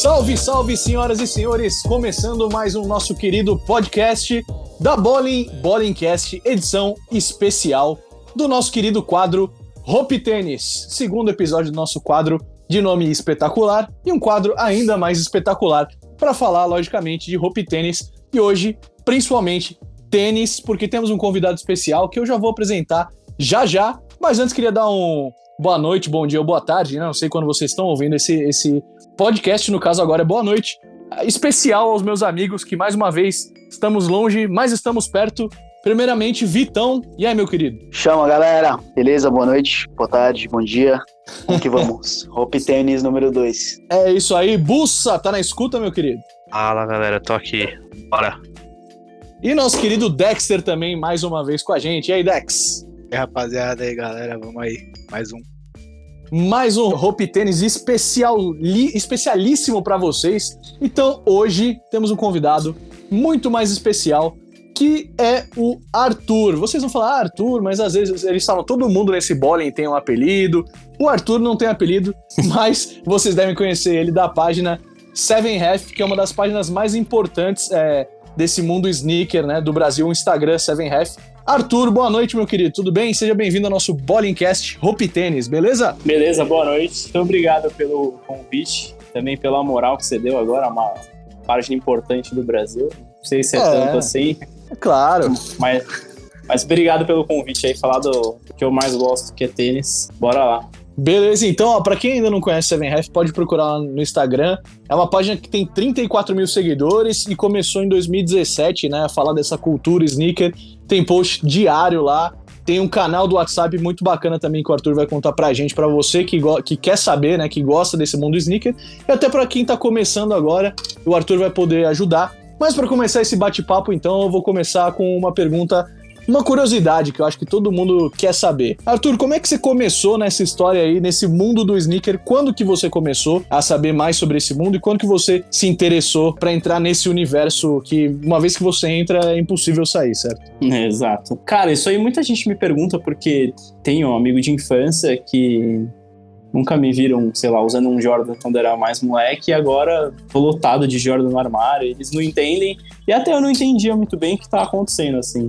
Salve, salve, senhoras e senhores! Começando mais um nosso querido podcast da Bowlingcast, edição especial do nosso querido quadro Hope Tênis. Segundo episódio do nosso quadro de nome espetacular e um quadro ainda mais espetacular para falar, logicamente, de Hope Tênis e hoje, principalmente, tênis, porque temos um convidado especial que eu já vou apresentar já, mas antes queria dar um boa noite, bom dia ou boa tarde, né? Não sei quando vocês estão ouvindo esse podcast, no caso agora é boa noite, especial aos meus amigos que mais uma vez estamos longe, mas estamos perto. Primeiramente, Vitão, e aí meu querido? Chama galera, beleza? Boa noite, boa tarde, bom dia, como que vamos? Hope Tênis número 2. É isso aí, Bussa, tá na escuta meu querido? Fala galera, tô aqui, bora. E nosso querido Dexter também mais uma vez com a gente, e aí Dex? E aí rapaziada, aí galera, vamos aí, Mais um Hope Tênis especialíssimo para vocês. Então, hoje temos um convidado muito mais especial, que é o Arthur. Vocês vão falar, Arthur, mas às vezes eles falam, todo mundo nesse bowling tem um apelido. O Arthur não tem apelido, mas vocês devem conhecer ele da página 7Ref, que é uma das páginas mais importantes desse mundo sneaker, né, do Brasil, o Instagram 7Ref. Arthur, boa noite, meu querido, tudo bem? Seja bem-vindo ao nosso Bowlingcast Hope Tênis, beleza? Beleza, boa noite. Muito obrigado pelo convite, também pela moral que você deu agora, uma página importante do Brasil. Não sei se é tanto assim. É claro. Mas obrigado pelo convite aí, falar do que eu mais gosto, que é tênis. Bora lá. Beleza, então, ó, pra quem ainda não conhece 7Ref, pode procurar lá no Instagram. É uma página que tem 34 mil seguidores e começou em 2017, né, a falar dessa cultura sneaker. Tem post diário lá, tem um canal do WhatsApp muito bacana também que o Arthur vai contar pra gente, pra você que quer saber, né, que gosta desse mundo sneaker. E até pra quem tá começando agora, o Arthur vai poder ajudar. Mas pra começar esse bate-papo, então, eu vou começar com uma pergunta, uma curiosidade que eu acho que todo mundo quer saber. Arthur, como é que você começou nessa história aí, nesse mundo do sneaker? Quando que você começou a saber mais sobre esse mundo e quando que você se interessou pra entrar nesse universo que, uma vez que você entra, é impossível sair, certo? Exato. Cara, isso aí muita gente me pergunta porque tenho um amigo de infância que nunca me viram, sei lá, usando um Jordan quando era mais moleque e agora tô lotado de Jordan no armário. Eles não entendem e até eu não entendia muito bem o que tava acontecendo, assim.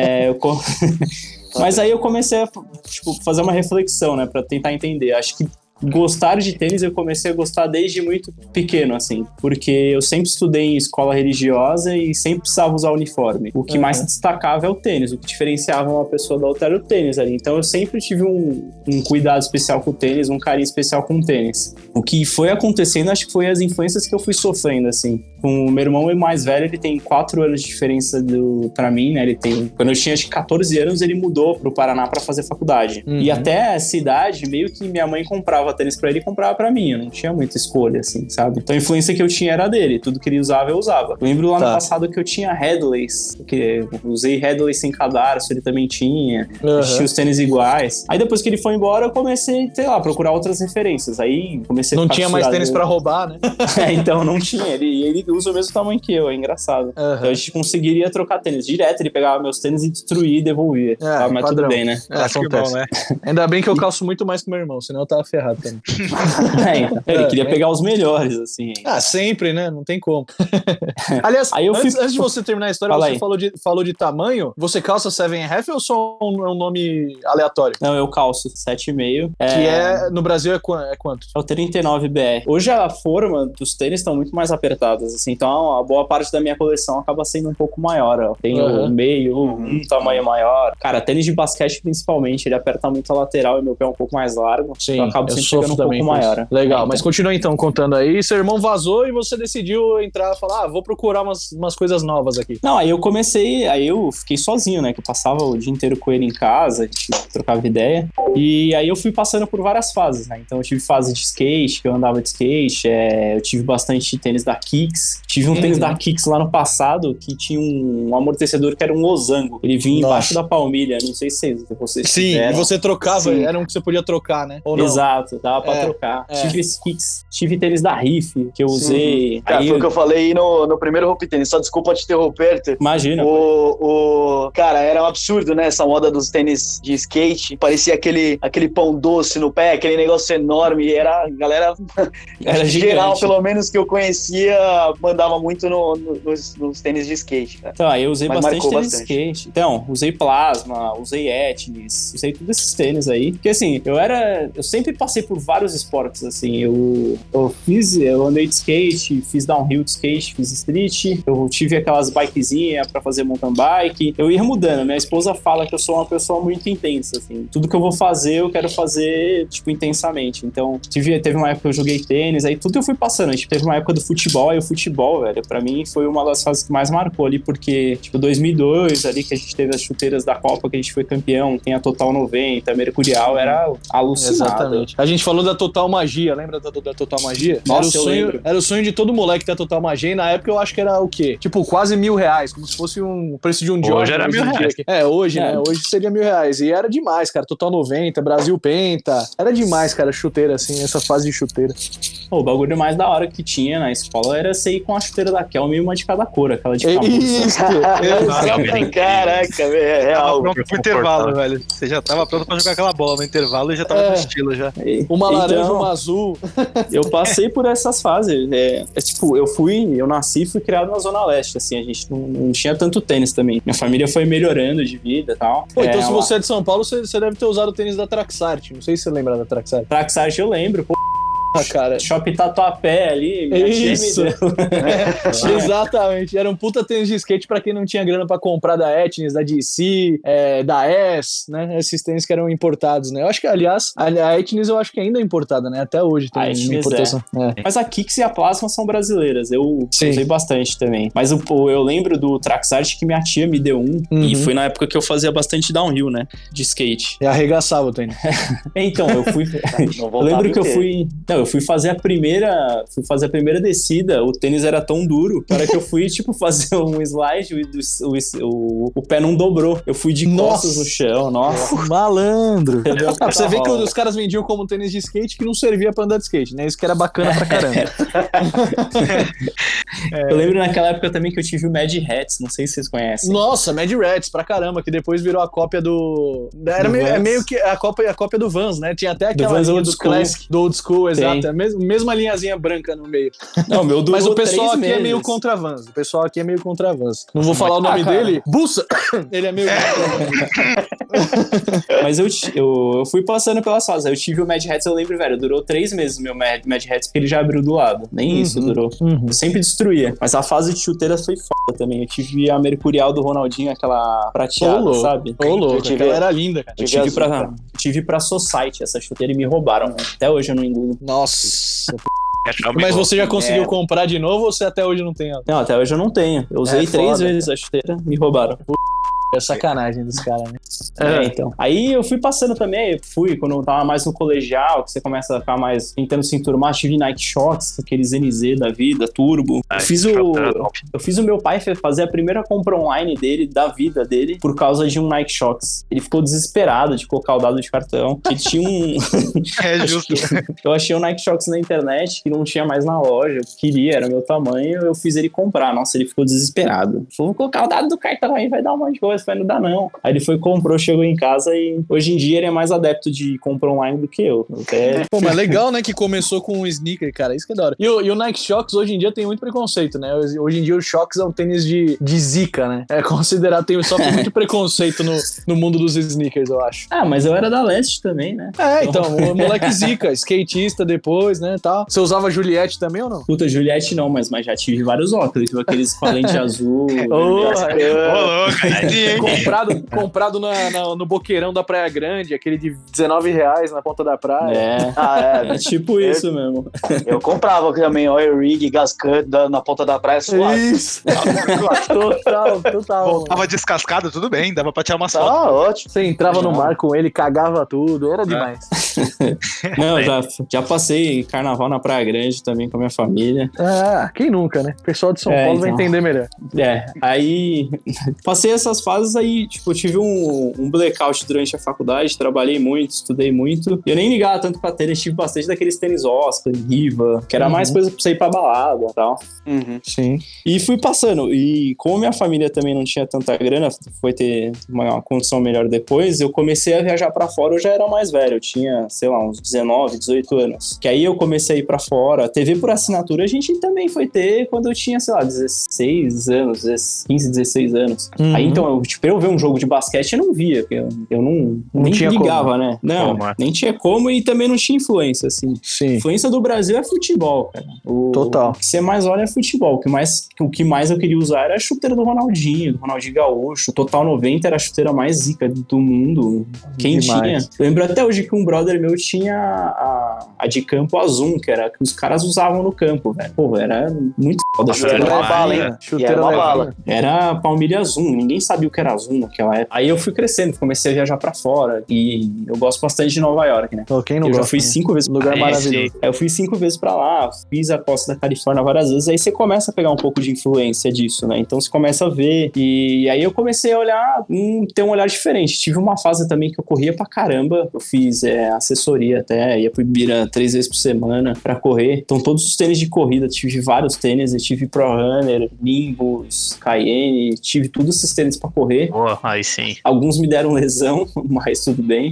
Mas aí eu comecei a fazer uma reflexão, né, pra tentar entender. Acho que gostar de tênis eu comecei a gostar desde muito pequeno, assim, porque eu sempre estudei em escola religiosa e sempre precisava usar uniforme. O que mais se destacava é o tênis, o que diferenciava uma pessoa da outra era o tênis ali. Então eu sempre tive um cuidado especial com o tênis, um carinho especial com o tênis. O que foi acontecendo, acho que foi as influências que eu fui sofrendo, assim. Com o meu irmão mais velho, ele tem 4 anos de diferença pra mim, né? Quando eu tinha acho que 14 anos, ele mudou pro Paraná pra fazer faculdade. E até essa idade, meio que minha mãe comprava tênis pra ele e comprava pra mim. Eu não tinha muita escolha, assim, sabe? Então a influência que eu tinha era dele. Tudo que ele usava, eu usava. Eu lembro lá no passado que eu tinha Headleys, porque eu usei Headleys sem cadarço, ele também tinha. Tinha os tênis iguais. Aí depois que ele foi embora, eu comecei, sei lá, a procurar outras referências. Aí comecei a Não tinha mais tênis pra roubar, né? Então não tinha. Ele usa o mesmo tamanho que eu, é engraçado. Então a gente conseguiria trocar tênis direto, ele pegava meus tênis e destruía e devolvia. Mas padrão. Tudo bem, né? Acontece. Bom, né? Ainda bem que eu calço muito mais que meu irmão, senão eu tava ferrado também. Ele queria pegar os melhores, assim. Sempre, né? Não tem como. Aliás, antes de você terminar a história, você falou de tamanho. Você calça 7Ref ou só um nome aleatório? Não, eu calço 7,5. Que no Brasil é quanto? É o 39BR. Hoje a forma dos tênis estão muito mais apertadas, assim, então a boa parte da minha coleção acaba sendo um pouco maior, ó. Tem o meio, um tamanho maior. Cara, tênis de basquete principalmente, ele aperta muito a lateral e meu pé é um pouco mais largo. Sim, então eu acabo sempre chegando um pouco maior. Legal, mas continua então contando aí. Seu irmão vazou e você decidiu entrar e falar, vou procurar umas coisas novas aqui. Não, aí eu fiquei sozinho, né, que eu passava o dia inteiro com ele em casa, a gente trocava ideia. E aí eu fui passando por várias fases, né, então eu tive fase de skate, que eu andava de skate, eu tive bastante tênis da Kicks. Tive um tênis da Kicks lá no passado que tinha um amortecedor que era um losango. Ele vinha embaixo da palmilha, não sei se vocês tiveram. E você trocava, era um que você podia trocar, né? Ou não? Exato, dava pra trocar. Tive esse Kicks, tive tênis da Riff, que eu usei. Cara, foi o que eu falei no primeiro Hope Tênis, só desculpa te interromper, Arthur. Imagina. Cara, era um absurdo, né, essa moda dos tênis de skate. Parecia aquele aquele pão doce no pé, aquele negócio enorme, e era a galera Era geral, gigante. pelo menos que eu conhecia, mandava muito nos tênis de skate, cara. Então, aí eu usei Mas bastante marcou tênis de bastante. skate. Então, usei Plasma, usei Etnis, usei todos esses tênis aí. Porque assim, eu sempre passei por vários esportes, assim. Eu andei de skate, fiz downhill de skate, fiz street, eu tive aquelas bikezinhas pra fazer mountain bike. Eu ia mudando. Minha esposa fala que eu sou uma pessoa muito intensa, assim. Tudo que eu vou fazer, eu quero fazer, tipo, intensamente. Então, teve uma época que eu joguei tênis, aí tudo eu fui passando. Tipo, teve uma época do futebol, e o futebol, velho, pra mim foi uma das fases que mais marcou ali, porque, tipo, 2002, ali que a gente teve as chuteiras da Copa, que a gente foi campeão, tem a Total 90, a Mercurial, era alucinado. Exatamente. A gente falou da Total Magia, lembra da Total Magia? Nossa, eu lembro. Era o sonho de todo moleque da Total Magia, e na época eu acho que era o quê? Tipo, quase R$1.000, como se fosse o preço de um Jordan. Hoje era em R$1.000. dia aqui. Hoje, né? Hoje seria R$1.000. E era demais, cara. Total 90, Brasil Penta. Era demais, cara, chuteira, assim, essa fase de chuteira. Pô, o bagulho mais da hora que tinha na escola era você ir com a chuteira da Kelme, uma de cada cor, aquela de camurça. Exatamente. Caraca, velho, é Tava real. pronto pro intervalo, velho. Você já tava pronto pra jogar aquela bola no intervalo e já tava no estilo já. Uma laranja, Então, uma azul. eu passei por essas fases. Tipo, eu nasci e fui criado na Zona Leste, assim, a gente não tinha tanto tênis também. Minha família foi melhorando de vida e tal. Pô, então se você é de São Paulo, você deve ter usado o tênis da Traxart. Não sei se você lembra da Traxart. Traxart eu lembro, pô, Cara. Shopping Tatuapé ali, minha tia Isso. me deu. Exatamente. Era um puta tênis de skate pra quem não tinha grana pra comprar da Etnis, da DC, da S, né? Esses tênis que eram importados, né? Eu acho que, aliás, a Etnis eu acho que ainda é importada, né? Até hoje tem importação. Mas a Kicks e a Plasma são brasileiras. Eu Sim. usei bastante também. Mas eu lembro do Traxart que minha tia me deu um. E foi na época que eu fazia bastante downhill, né? De skate. E arregaçava o tênis. Então, eu fui. Eu lembro que eu fui. Não, eu fui fazer a primeira descida, o tênis era tão duro, para que eu fui, tipo, fazer um slide, o pé não dobrou. Eu fui de costas no chão, nossa. Malandro. Você vê que os caras vendiam como tênis de skate que não servia pra andar de skate, né? Isso que era bacana pra caramba. Eu lembro naquela época também que eu tive o Mad Hats, não sei se vocês conhecem. Nossa, Mad Rats pra caramba, que depois virou a cópia do... Era meio que a cópia do Vans, né? Tinha até aquela Vans linha Old do School. Classic, do Old School, exato. Tem. É a mesma linhazinha branca no meio. Não, meu durou Mas o pessoal 3 aqui é meses. meio contra Vans. O pessoal aqui é meio contra Vans. Não vou falar o nome cara. dele. Bussa! Ele é meio Mas eu fui passando pelas fases. Eu tive o Mad Hats, eu lembro, velho, durou 3 meses o meu Mad Hats, porque ele já abriu do lado. Nem isso durou. Eu sempre destruía. Mas a fase de chuteiras foi foda também. Eu tive a Mercurial do Ronaldinho, aquela prateada, sabe? Ô, louco. tive- Aquela era linda, cara. Eu tive tive pra Society essa chuteira e me roubaram. Até hoje eu não engulo. Nossa. Mas você já conseguiu comprar de novo ou você até hoje não tem ela? Não, até hoje eu não tenho. Eu usei 3 foda, vezes a chuteira, me roubaram. É sacanagem dos caras, né? Então. Aí eu fui passando também, quando eu tava mais no colegial, que você começa a ficar mais tentando se enturmar, tive Nike Shox, aqueles NZ da vida, Turbo. Eu fiz o meu pai fazer a primeira compra online dele, da vida dele, por causa de um Nike Shox. Ele ficou desesperado de colocar o dado de cartão. Ele tinha um... É justo. Eu achei um Nike Shox na internet, que não tinha mais na loja, eu queria, era meu tamanho, eu fiz ele comprar. Nossa, ele ficou desesperado. Vou colocar o dado do cartão aí, vai dar um monte de coisa. Vai não dar não. Aí ele foi, comprou, chegou em casa e hoje em dia ele é mais adepto de compra online do que eu. Pô, mas legal, né, que começou com um sneaker, cara, isso que é da hora. E o Nike Shox hoje em dia tem muito preconceito, né? Hoje em dia o Shox é um tênis de zica, né? É considerado, sofre muito preconceito no mundo dos sneakers, eu acho. Ah, mas eu era da Leste também, né? Então, o moleque zica, skatista depois, né, tal. Você usava Juliette também ou não? Puta, Juliette não, mas já tive vários óculos, tive aqueles com a lente azul. Ô, louco, aí sim, hein? Comprado no boqueirão da Praia Grande, aquele de R$19 na ponta da praia. É tipo isso mesmo. Eu comprava também oil rig, gas cut na ponta da praia suave. Isso. Total. Voltava descascado, tudo bem, dava pra tirar umas fotos. Tá ótimo. Você entrava no mar com ele, cagava tudo, era demais. Não, já passei carnaval na Praia Grande também com a minha família. Ah, quem nunca, né? O pessoal de São Paulo vai entender melhor. Aí passei essas fases aí, tipo, eu tive um blackout durante a faculdade, trabalhei muito, estudei muito. Eu nem ligava tanto pra tênis, tive bastante daqueles tênis Oscar, Riva, que era mais coisa pra você ir pra balada e tal. Sim. E fui passando. E como minha família também não tinha tanta grana, foi ter uma condição melhor depois, eu comecei a viajar pra fora, eu já era mais velho, eu tinha, sei lá, uns 19, 18 anos. Que aí eu comecei a ir pra fora. TV por assinatura a gente também foi ter quando eu tinha, sei lá, 16 anos, 15, 16 anos. Aí então, eu ver um jogo de basquete eu não via, porque eu não nem ligava, né? Não, nem tinha como e também não tinha influência, assim. Sim. Influência do Brasil é futebol, cara. Total. O que você mais olha é futebol. O que mais eu queria usar era a chuteira do Ronaldinho Gaúcho. Total 90 era a chuteira mais zica do mundo. Quem tinha? Eu lembro até hoje que um brother meu tinha a de campo azul, que era que os caras usavam no campo, velho. Pô, era muito foda a chuteira. Era uma bala, hein? Chuteira uma bala. Era Palmilha Azul, ninguém sabia o que era azul naquela época. Aí eu fui crescendo, comecei a viajar pra fora e eu gosto bastante de Nova York, né? Quem não eu gosta, já fui 5 vezes. Lugar maravilhoso. Aí eu fui 5 vezes pra lá, fiz a costa da Califórnia várias vezes, aí você começa a pegar um pouco de influência disso, né? Então você começa a ver. E aí eu comecei a olhar, ter um olhar diferente. Tive uma fase também que eu corria pra caramba. Eu fiz assessoria até, ia pro Ibira 3 vezes por semana pra correr. Então todos os tênis de corrida, tive vários tênis, eu tive Pro Runner, Nimbus, Cayenne, tive todos esses tênis pra correr. Boa, aí sim. Alguns me deram lesão, mas tudo bem.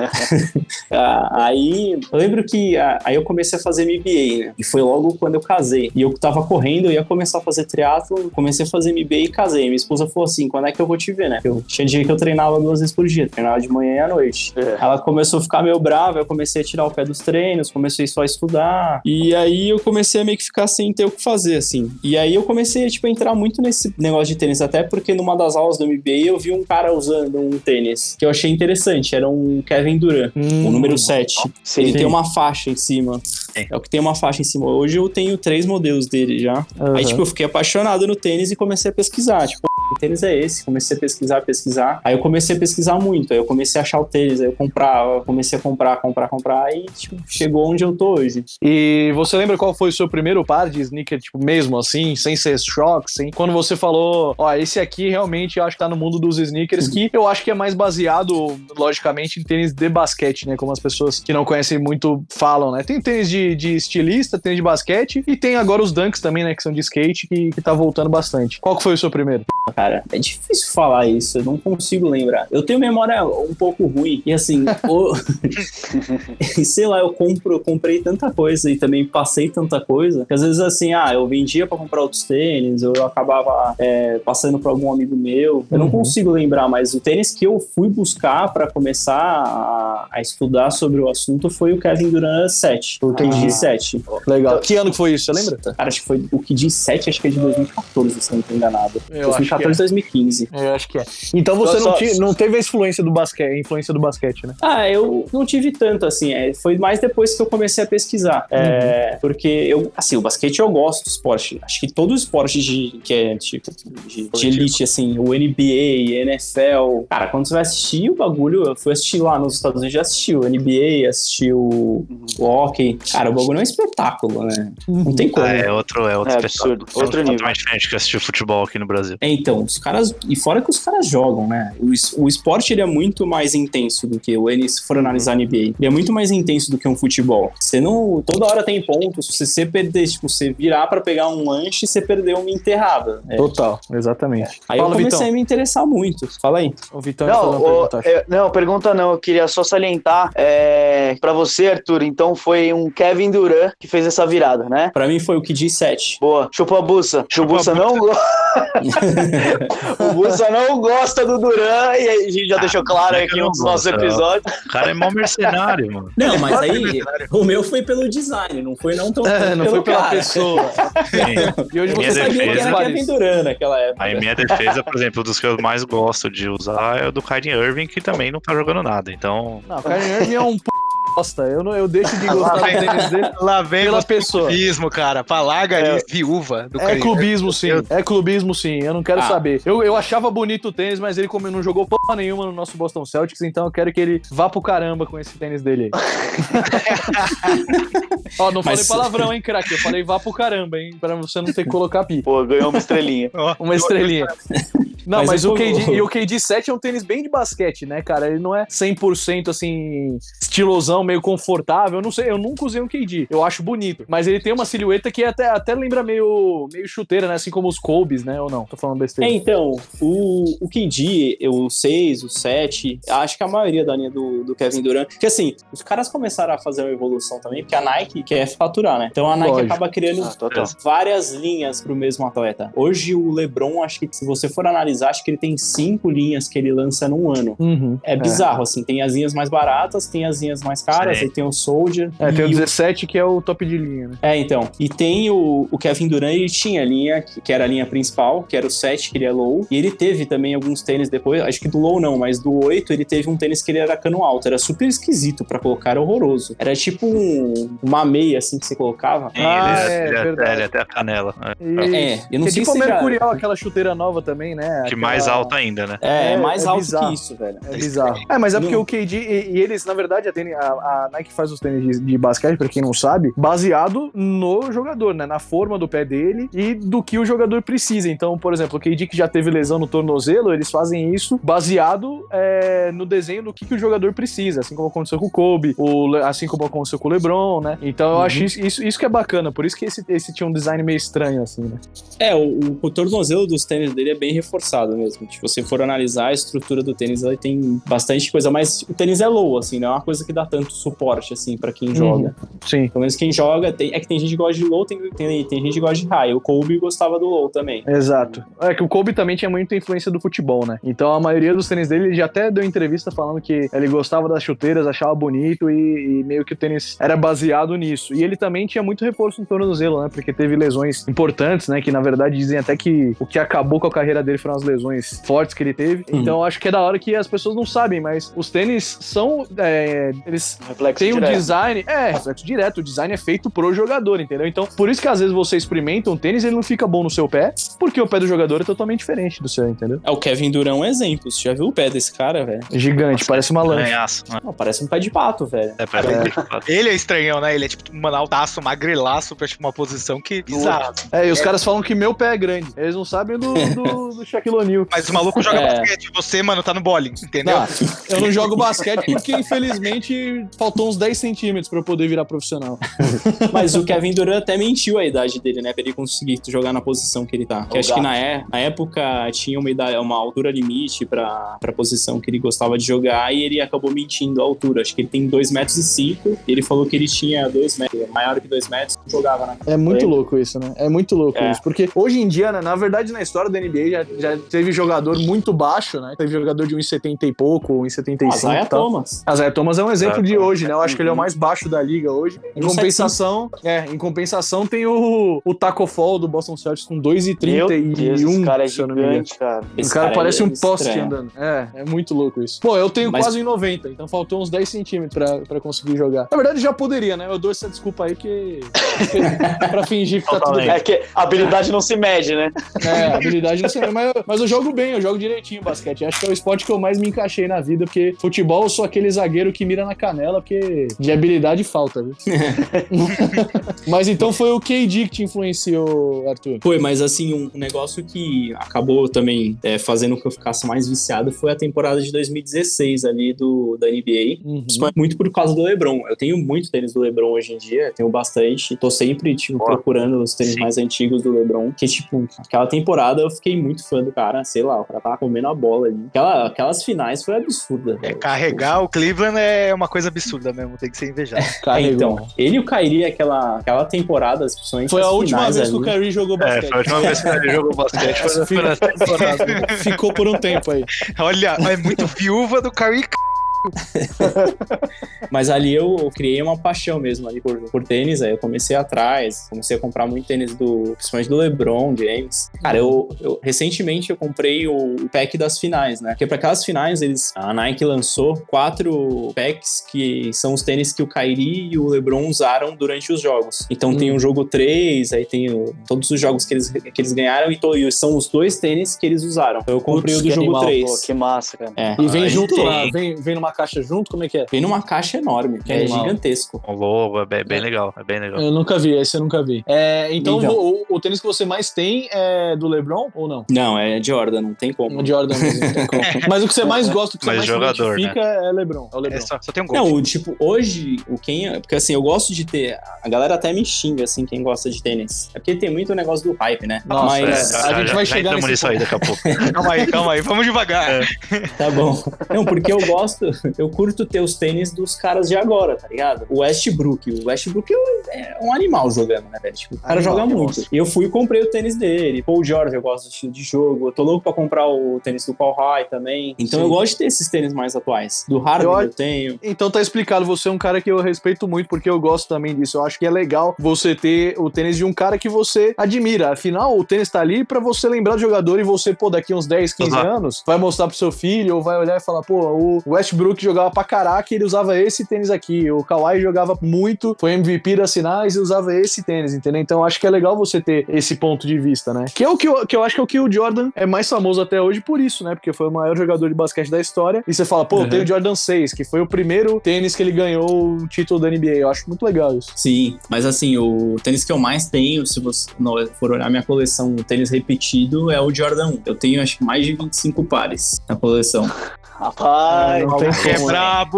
Aí eu lembro que aí eu comecei a fazer MBA, né? E foi logo quando eu casei. E eu tava correndo, eu ia começar a fazer triatlo, comecei a fazer MBA e casei. Minha esposa falou assim, quando é que eu vou te ver, né? Eu tinha dia que eu treinava 2 vezes por dia, treinava de manhã e à noite. Ela começou a ficar meio brava, eu comecei a tirar o pé dos treinos, comecei só a estudar. E aí eu comecei a meio que ficar sem ter o que fazer, assim. E aí eu comecei, tipo, a entrar muito nesse negócio de tênis, até porque numa das aulas do MBA eu vi um cara usando um tênis que eu achei interessante, era um Kevin Durant, o número 7. Ele tem uma faixa em cima. É o que tem uma faixa em cima. Hoje eu tenho 3 modelos dele já. Aí, tipo, eu fiquei apaixonado no tênis e comecei a pesquisar. Tipo, que tênis é esse? Comecei a pesquisar. Aí eu comecei a pesquisar muito. Aí eu comecei a achar o tênis. Aí eu comprava. Comecei a comprar. E, tipo, chegou onde eu tô hoje. E você lembra qual foi o seu primeiro par de sneaker, tipo, mesmo assim, sem ser choque, assim? Quando você falou, esse aqui realmente eu acho que tá no mundo dos sneakers, que eu acho que é mais baseado, logicamente, em tênis de basquete, né? Como as pessoas que não conhecem muito falam, né? Tem tênis de estilista, tênis de basquete, e tem agora os dunks também, né? Que são de skate, que tá voltando bastante. Qual que foi o seu primeiro? Cara, é difícil falar isso, eu não consigo lembrar. Eu tenho memória um pouco ruim, e assim, sei lá, eu comprei tanta coisa e também passei tanta coisa, que às vezes assim, eu vendia pra comprar outros tênis, eu acabava passando pra algum amigo meu, eu não consigo lembrar, mas o tênis que eu fui buscar pra começar a estudar sobre o assunto foi o Kevin Durant 7, o KD 7. Legal. Que ano que foi isso, você lembra? Cara, acho que foi o KD 7, acho que é de 2014, se não tô enganado. Eu 2014, 2015. Eu acho que é. Então você não teve a influência do basquete, né? Eu não tive tanto, assim. Foi mais depois que eu comecei a pesquisar. Porque o basquete eu gosto do esporte. Acho que todo o esporte de elite, assim, o NBA, NFL. Cara, quando você vai assistir o bagulho, eu fui assistir lá nos Estados Unidos, já assisti o NBA, assisti o hockey. Cara, o bagulho é um espetáculo, né? Não tem como. É outro absurdo. Outro nível. Totalmente diferente que assistir futebol aqui no Brasil. Então, os caras... E fora que os caras jogam, né? O esporte, ele é muito mais intenso do que se for analisar a NBA. Ele é muito mais intenso do que um futebol. Você não... Toda hora tem pontos. Se você perder, tipo, você virar pra pegar um lanche, você perdeu uma enterrada. Total, exatamente. Aí eu comecei a me interessar muito. Fala aí. O Vitão não, pergunta não. Eu queria só salientar pra você, Arthur. Então foi um Kevin Durant que fez essa virada, né? Pra mim foi o KD 7. Boa. Chupa a buça. O Bussa não gosta. O Bussa não gosta do Durant e a gente já deixou claro aqui em um dos nossos episódios. O cara é mó mercenário, mano. Não, mas aí o meu foi pelo design, não foi não tão não foi pela pessoa. E hoje você sabia que era Kevin Durant naquela época. Aí minha defesa, por exemplo, dos que eu mais gosto de usar é o do Kyrie Irving, que também não tá jogando nada, então... Não, o Kyrie Irving é um bosta. Eu deixo de gostar do tênis dele Lá vem pela o pessoa. clubismo, cara. Pra larga viúva do É clubismo, sim. É clubismo, sim. Eu não quero saber. Eu achava bonito o tênis, mas ele, como não jogou porra nenhuma no nosso Boston Celtics, então eu quero que ele vá pro caramba com esse tênis dele aí. Ó, não falei palavrão, hein, craque? Eu falei vá pro caramba, hein? Pra você não ter que colocar pi. Pô, ganhou uma estrelinha. Uma estrelinha. Não, mas o KD 7 é um tênis bem de basquete, né, cara? Ele não é 100% assim, estilosão, meio confortável. Eu não sei, eu nunca usei um KD. Eu acho bonito. Mas ele tem uma silhueta que até lembra meio chuteira, né? Assim como os Kobe's, né? Ou não? Tô falando besteira. Então, o KD, o 6, o 7, acho que a maioria da linha do Kevin Durant. Porque assim, os caras começaram a fazer uma evolução também, porque a Nike quer faturar, né? Então a Nike acaba criando várias linhas pro mesmo atleta. Hoje o LeBron, acho que se você for analisar, acho que ele tem 5 linhas que ele lança num ano. É bizarro, assim. Tem as linhas mais baratas, tem as linhas mais caras, aí tem o Soldier. Tem o 17, que é o top de linha, né? Então. E tem o Kevin Durant, ele tinha a linha, que era a linha principal, que era o 7, que ele é low. E ele teve também alguns tênis depois, acho que do low não, mas do 8, ele teve um tênis que ele era cano alto. Era super esquisito pra colocar, era horroroso. Era tipo uma meia, assim, que você colocava. Verdade. Até a canela. Eu não sei tipo se Mercurial, aquela chuteira nova também, né? Que mais alta ainda, né? É mais alto bizarro. que isso, velho. É bizarro. Mas é porque o KD, e eles, na verdade, a Nike faz os tênis de basquete, pra quem não sabe, baseado no jogador, né? Na forma do pé dele e do que o jogador precisa. Então, por exemplo, o KD que já teve lesão no tornozelo, eles fazem isso baseado no desenho do que o jogador precisa, assim como aconteceu com o Kobe, assim como aconteceu com o LeBron, né? Então eu acho isso que é bacana, por isso que esse tinha um design meio estranho, assim, né? O tornozelo dos tênis dele é bem reforçado mesmo. Se você for analisar a estrutura do tênis, ela tem bastante coisa, mas o tênis é low, assim, não é uma coisa que dá tanto suporte, assim, pra quem joga. Sim. Pelo menos quem joga, tem gente que gosta de low, tem gente que gosta de high. O Kobe gostava do low também. Exato. É que o Kobe também tinha muita influência do futebol, né? Então a maioria dos tênis dele, ele já até deu entrevista falando que ele gostava das chuteiras, achava bonito e meio que o tênis era baseado nisso. E ele também tinha muito reforço no tornozelo, né? Porque teve lesões importantes, né? Que na verdade dizem até que o que acabou com a carreira dele foram as lesões fortes que ele teve. Então acho que é da hora que as pessoas não sabem, mas os tênis são... eles têm um design... reflexo direto. O design é feito pro jogador, entendeu? Então, por isso que às vezes você experimenta um tênis e ele não fica bom no seu pé, porque o pé do jogador é totalmente diferente do seu, entendeu? O Kevin Durant é um exemplo. Você já viu o pé desse cara, velho? Gigante, parece uma lancha. Não, parece um pé de pato, velho. Parece um pé de pato. Ele é estranhão, né? Ele é tipo, mano, altaço, magrelaço, pra tipo, uma posição que bizarra. E os caras falam que meu pé é grande. Eles não sabem do Shaquille O'Neal. Mas o maluco joga basquete, você, mano, tá no bowling, entendeu? Não, eu não jogo basquete porque, infelizmente, faltou uns 10 centímetros pra eu poder virar profissional. Mas o Kevin Durant até mentiu a idade dele, né? Pra ele conseguir jogar na posição que ele tá. Que acho que na época tinha uma altura limite pra posição que ele gostava de jogar e ele acabou mentindo a altura. Acho que ele tem 2,5 metros e ele falou que ele tinha 2 metros, maior que 2 metros, não jogava na É muito louco isso, né? É muito louco isso. Porque hoje em dia, né, na verdade, na história da NBA já teve jogador muito baixo, né? Teve jogador de 1,70 e pouco, 1,75. Isaiah Thomas. Isaiah Thomas é um exemplo de hoje, né? Eu acho que ele é o mais baixo da liga hoje. Em compensação tem o Taco Fall do Boston Celtics com 2,31. Esse cara é gigante, cara. O cara parece um poste andando. É muito louco isso. Pô, eu tenho quase 1,90, então faltou uns 10 centímetros pra conseguir jogar. Na verdade, já poderia, né? Eu dou essa desculpa aí que... pra fingir que tá tudo bem. É que a habilidade não se mede, né? A habilidade não se mede. Mas eu jogo bem, eu jogo direitinho basquete. Acho que é o esporte que eu mais me encaixei na vida, porque futebol eu sou aquele zagueiro que mira na canela, porque de habilidade falta, viu? Mas então foi o KD que te influenciou, Arthur? Foi, mas assim, um negócio que acabou também fazendo com que eu ficasse mais viciado foi a temporada de 2016 ali da NBA. Muito por causa do LeBron. Eu tenho muito tênis do LeBron hoje em dia, tenho bastante. Tô sempre, procurando os tênis mais antigos do LeBron, que, aquela temporada eu fiquei muito fã do cara, sei lá, o cara tava comendo a bola ali. Aquelas finais foi absurda. Carregar o Cleveland é uma coisa absurda mesmo, tem que ser invejado. Então, ele e o Kyrie, aquela temporada, principalmente foi a última vez que o Kyrie jogou basquete. Foi a última vez que o Kyrie jogou basquete. Ficou por um tempo aí. Olha, é muito viúva do Kyrie. Mas ali eu criei uma paixão mesmo ali por tênis, aí eu comecei atrás, comecei a comprar muito tênis principalmente do LeBron James. Cara, recentemente eu comprei o pack das finais, né? Porque para aquelas finais, a Nike lançou 4 packs que são os tênis que o Kyrie e o LeBron usaram durante os jogos. Então tem o jogo 3, aí tem todos os jogos que eles ganharam e são os 2 tênis que eles usaram. Então eu comprei o do jogo 3. Pô, que massa, cara. E vem junto lá, vem numa caixa junto, como é que é? Vem numa caixa enorme, que é gigantesco. Um logo, é bem legal, é bem legal. Eu nunca vi, esse eu nunca vi. Então o tênis que você mais tem é do LeBron ou não? Não, é Jordan, não tem como. O Jordan mesmo, não tem como. Mas o que você mais gosta, o que você mais jogador, identifica é LeBron. É o LeBron. Só tem um gol. Não, tipo, hoje, porque assim, eu gosto de ter, a galera até me xinga, assim, quem gosta de tênis. É porque tem muito o negócio do hype, né? Nossa, mas a gente vai chegar nisso aí daqui a pouco. Calma aí, vamos devagar. Tá bom. Não, porque eu curto ter os tênis dos caras de agora, tá ligado? O Westbrook é um animal jogando, né, velho? Tipo, o cara joga muito. E eu fui e comprei o tênis dele. Paul George, eu gosto do estilo de jogo. Eu tô louco pra comprar o tênis do Paul High também. Então eu gosto de ter esses tênis mais atuais. Do Harden eu tenho. Então tá explicado, você é um cara que eu respeito muito, porque eu gosto também disso. Eu acho que é legal você ter o tênis de um cara que você admira. Afinal, o tênis tá ali pra você lembrar do jogador e você, pô, daqui uns 10, 15 anos, vai mostrar pro seu filho ou vai olhar e falar, pô, o Westbrook jogava pra caraca e ele usava esse tênis aqui. O Kawhi jogava muito, foi MVP das finais e usava esse tênis, entendeu? Então eu acho que é legal você ter esse ponto de vista, né? Que é o que eu acho que é o que o Jordan é mais famoso até hoje por isso, né? Porque foi o maior jogador de basquete da história. E você fala, pô, tem o Jordan 6, que foi o primeiro tênis que ele ganhou o título da NBA. Eu acho muito legal isso. Sim, mas assim, o tênis que eu mais tenho, se você for olhar minha coleção, o tênis repetido é o Jordan 1. Eu tenho, acho que mais de 25 pares na coleção. Rapaz, não tem como, é brabo.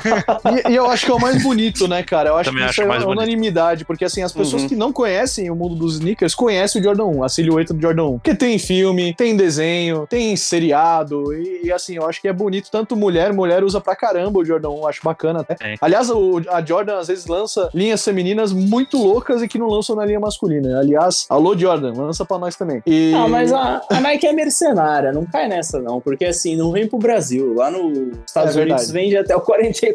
E eu acho que é o mais bonito, né, cara? Eu acho Também que isso acho é mais unanimidade, porque assim, as pessoas que não conhecem o mundo dos sneakers conhecem o Jordan 1, a silhueta do Jordan 1. Porque tem filme, tem desenho, tem seriado, e assim, eu acho que é bonito. Tanto mulher usa pra caramba o Jordan 1, acho bacana até. Aliás, a Jordan às vezes lança linhas femininas muito loucas e que não lançam na linha masculina. Aliás, alô Jordan, lança pra nós também. Mas a Nike é mercenária, não cai nessa não, porque assim, não vem pro Brasil. Lá nos Estados Unidos vende até o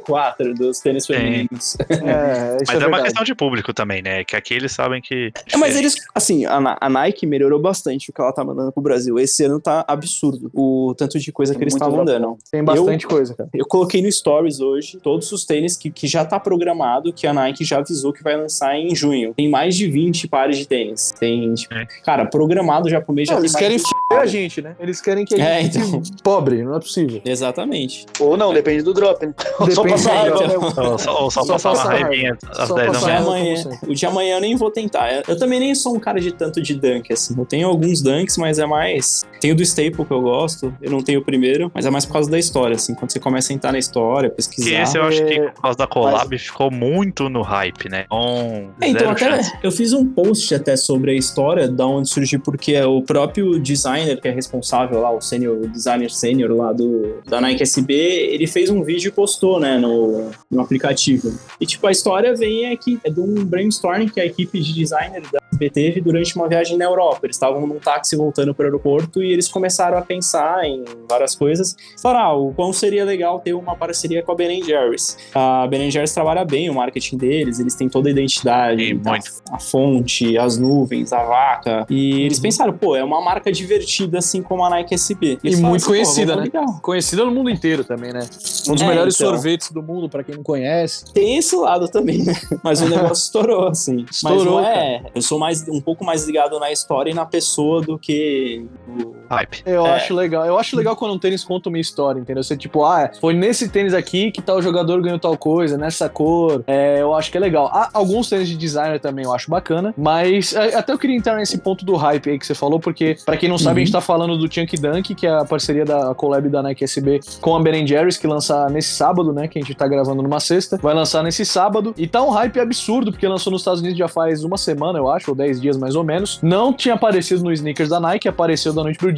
44 dos tênis femininos. Mas é uma questão de público também, né? Que aqui eles sabem que... Mas eles, assim, a Nike melhorou bastante o que ela tá mandando pro Brasil. Esse ano tá absurdo o tanto de coisa que eles estão mandando. Tem bastante coisa, cara. Eu coloquei no Stories hoje todos os tênis que já tá programado, que a Nike já avisou que vai lançar em junho. Tem mais de 20 pares de tênis. Tem, tipo, cara, programado já pro mês já tem. Eles querem a gente, né? Eles querem que a gente fique pobre, não é possível. Exatamente. Ou não, depende do drop, né? Só passar raiva. Ou só passar uma raivinha às 10 da manhã. O de amanhã eu nem vou tentar. Eu também nem sou um cara de tanto de dunk, assim. Eu tenho alguns dunks, mas é mais... Tenho do Staple que eu gosto. Eu não tenho o primeiro, mas é mais por causa da história, assim. Quando você começa a entrar na história, pesquisar... E esse eu acho que por causa da collab ficou muito no hype, né? Então até eu fiz um post até sobre a história, da onde surgiu, porque o próprio designer que é responsável lá, o designer sênior lá da Nike SB, ele fez um vídeo e postou, né, no aplicativo. E, tipo, a história é de um brainstorming que a equipe de designer da SB teve durante uma viagem na Europa. Eles estavam num táxi voltando para o aeroporto e eles começaram a pensar em várias coisas. Falaram, o quão seria legal ter uma parceria com a Ben & Jerry's. A Ben & Jerry's trabalha bem o marketing deles, eles têm toda a identidade, a fonte, as nuvens, a vaca. E eles pensaram, pô, é uma marca divertida, assim como a Nike SB. E muito conhecida, né? Conhecida no mundo inteiro também, né? Um dos melhores sorvetes do mundo, pra quem não conhece. Tem esse lado também, né? Mas o negócio estourou, assim. Estourou, mas eu sou um pouco mais ligado na história e na pessoa do que o hype. Eu acho legal. Eu acho legal quando um tênis conta uma história, entendeu? Você tipo, foi nesse tênis aqui que tal jogador ganhou tal coisa, nessa cor. Eu acho que é legal. Há alguns tênis de designer também eu acho bacana, mas até eu queria entrar nesse ponto do hype aí que você falou, porque pra quem não sabe, a gente tá falando do Chunky Dunk, que é a parceria da collab da Nike SB com a Ben & Jerry's, que lança nesse sábado, né? Que a gente tá gravando numa sexta. Vai lançar nesse sábado. E tá um hype absurdo, porque lançou nos Estados Unidos já faz uma semana, eu acho, ou 10 dias mais ou menos. Não tinha aparecido no sneakers da Nike, apareceu da noite pro dia.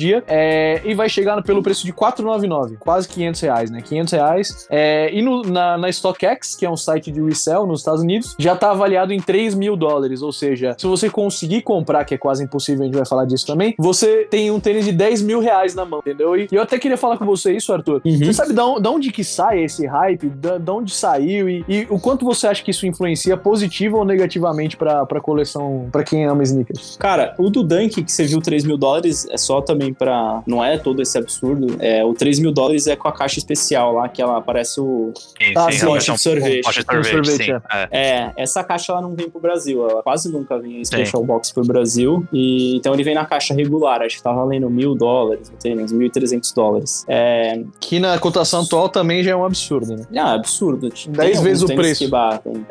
dia, e vai chegar pelo preço de R$499, quase R$500, né? R$500. E na StockX, que é um site de resell nos Estados Unidos, já tá avaliado em $3.000, ou seja, se você conseguir comprar, que é quase impossível, a gente vai falar disso também, você tem um tênis de R$10.000 na mão, entendeu? E eu até queria falar com você isso, Arthur. Você sabe da onde que sai esse hype? Da onde saiu? E o quanto você acha que isso influencia positivo ou negativamente pra coleção, pra quem ama sneakers? Cara, o do Dunk, que você viu $3.000, é só também pra... Não é todo esse absurdo. O $3.000 é com a caixa especial lá, que ela parece o... Sim, de sorvete. Sorvete, sim. Essa caixa ela não vem pro Brasil. Ela quase nunca vem em Special Box pro Brasil. E então ele vem na caixa regular. Acho que tá valendo $1.000, o tênis, $1.300. Que na cotação atual também já é um absurdo, né? Absurdo. 10 vezes o preço. Que batem.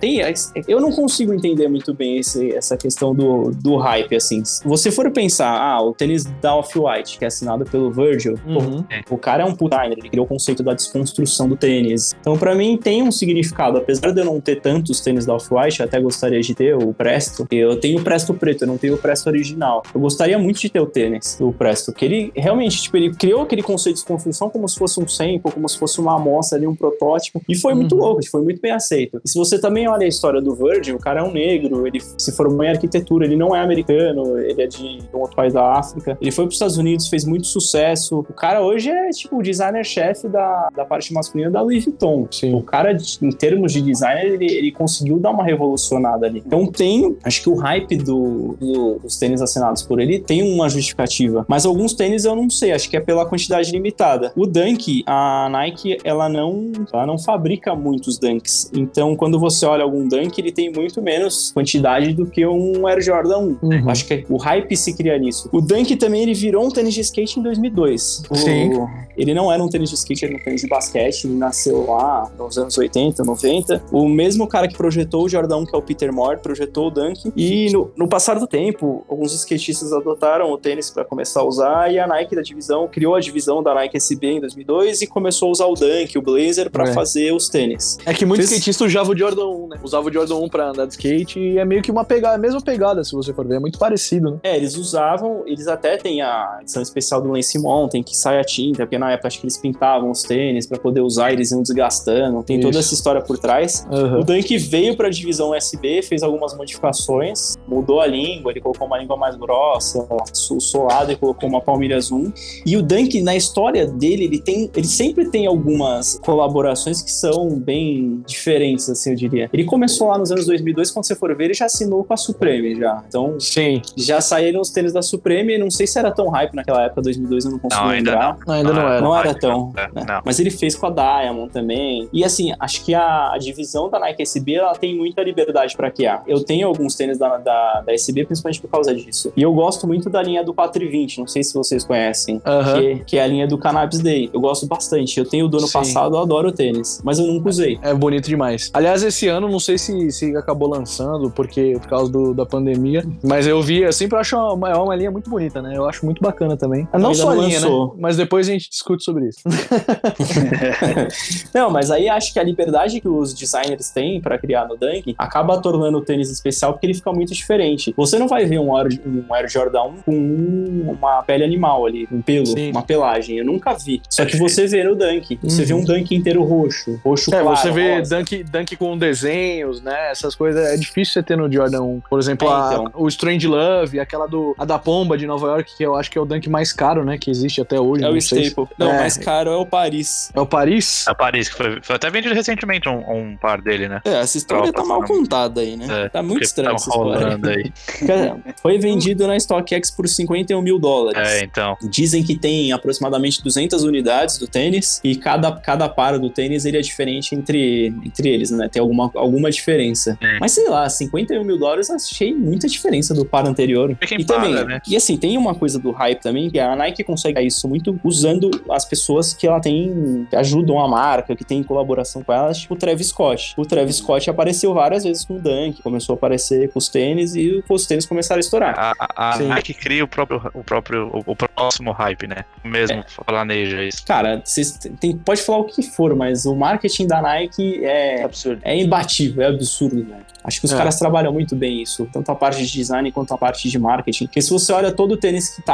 Eu não consigo entender muito bem essa questão do hype, assim. Se você for pensar, o tênis da Off-White, que é assinado pelo Virgil, o cara é um designer, ele criou o conceito da desconstrução do tênis. Então, pra mim, tem um significado. Apesar de eu não ter tantos tênis da Off-White, eu até gostaria de ter o Presto. Eu tenho o Presto preto, eu não tenho o Presto original. Eu gostaria muito de ter o tênis do Presto, que ele realmente, ele criou aquele conceito de desconstrução como se fosse um sample, como se fosse uma amostra ali, um protótipo. E foi muito louco, foi muito bem aceito. E se você também olha a história do Virgil, o cara é um negro, ele se formou em arquitetura, ele não é americano, ele é de um outro país da África. Ele foi pros Estados Unidos, fez muito sucesso. O cara hoje é, tipo, o designer-chefe da parte masculina da Louis Vuitton. Sim. O cara, em termos de designer, ele conseguiu dar uma revolucionada ali. Então acho que o hype dos tênis assinados por ele tem uma justificativa. Mas alguns tênis eu não sei, acho que é pela quantidade limitada. O Dunk, a Nike, ela não fabrica muitos Dunks. Então, quando você olha algum Dunk, ele tem muito menos quantidade do que um Air Jordan 1. Acho que o hype se cria nisso. O Dunk também, ele virou um tênis de skate em 2002. Sim. Ele não era um tênis de skate, era um tênis de basquete. Ele nasceu lá nos anos 80, 90. O mesmo cara que projetou o Jordan 1, que é o Peter Moore, projetou o Dunk. E no passar do tempo, alguns skatistas adotaram o tênis para começar a usar, e a Nike da divisão criou a divisão da Nike SB em 2002 e começou a usar o Dunk, o Blazer, para fazer os tênis. É que muitos skatistas usavam o Jordan 1, né? Usava o Jordan 1 pra andar de skate e é meio que a mesma pegada, se você for ver. É muito parecido, né? Eles usavam, eles até têm a edição especial do Lance Mountain, que sai a tinta, porque na época acho que eles pintavam os tênis pra poder usar, eles iam desgastando. Tem toda essa história por trás. O Dunk veio pra divisão SB, fez algumas modificações, mudou a língua, ele colocou uma língua mais grossa, o solado, ele colocou uma palmilha zoom. E o Dunk, na história dele, ele sempre tem algumas colaborações que são bem diferentes, assim, eu diria. Ele começou lá nos anos 2002, quando você for ver, ele já assinou com a Supreme, já. Então, sim, já saíram os tênis da Supreme, não sei se era tão hype naquela época, 2002, eu não consigo lembrar. Ainda não era. Não era tão. Não. Mas ele fez com a Diamond também. E assim, acho que a divisão da Nike SB, ela tem muita liberdade pra criar. Eu tenho alguns tênis da SB, principalmente por causa disso. E eu gosto muito da linha do 420, não sei se vocês conhecem, que é a linha do Cannabis Day. Eu gosto bastante. Eu tenho o do ano passado, eu adoro o tênis, mas eu nunca usei. É bonito demais. Aliás, esse ano, não sei se acabou lançando por causa da pandemia, mas eu vi, eu sempre acho uma linha muito bonita, né? Eu acho muito bacana também. Não só a linha, né? Mas depois a gente discute sobre isso. Não, mas aí acho que a liberdade que os designers têm pra criar no Dunk acaba tornando o tênis especial, porque ele fica muito diferente. Você não vai ver um Air Jordan 1 com uma pele animal ali, um pelo, uma pelagem. Eu nunca vi. Só que você vê no Dunk. Você vê um Dunk inteiro roxo claro. Você vê Dunk com desenhos, né? Essas coisas é difícil você ter no Jordan 1. Por exemplo, o Strange Love, a da Pomba de Nova York, que eu acho que é o Dunk mais caro, né? Que existe até hoje. É o Staple. Não, o mais caro é o Paris. É o Paris? É o Paris, que foi até vendido recentemente um par dele, né? Essa história tá mal contada aí, né? Tá muito estranha essa história. Aí. Foi vendido na StockX por $51 mil. Então. Dizem que tem aproximadamente 200 unidades do tênis e cada par do tênis ele é diferente entre eles, né? Tem alguma diferença. Mas sei lá, $51 mil achei muita diferença do par anterior. E também, né? E assim, tem uma coisa do hype também, que a Nike consegue isso muito usando as pessoas que ela tem, que ajudam a marca, que tem colaboração com elas, tipo o Travis Scott. O Travis Scott apareceu várias vezes com o Dunk, começou a aparecer com os tênis e os tênis começaram a estourar. A Nike cria o próximo hype, né? Mesmo planeja isso. Cara, pode falar o que for, mas o marketing da Nike é absurdo. É imbatível, é absurdo, né? Acho que os caras trabalham muito bem isso, tanto a parte de design quanto a parte de marketing. Porque se você olha todo o tênis que tá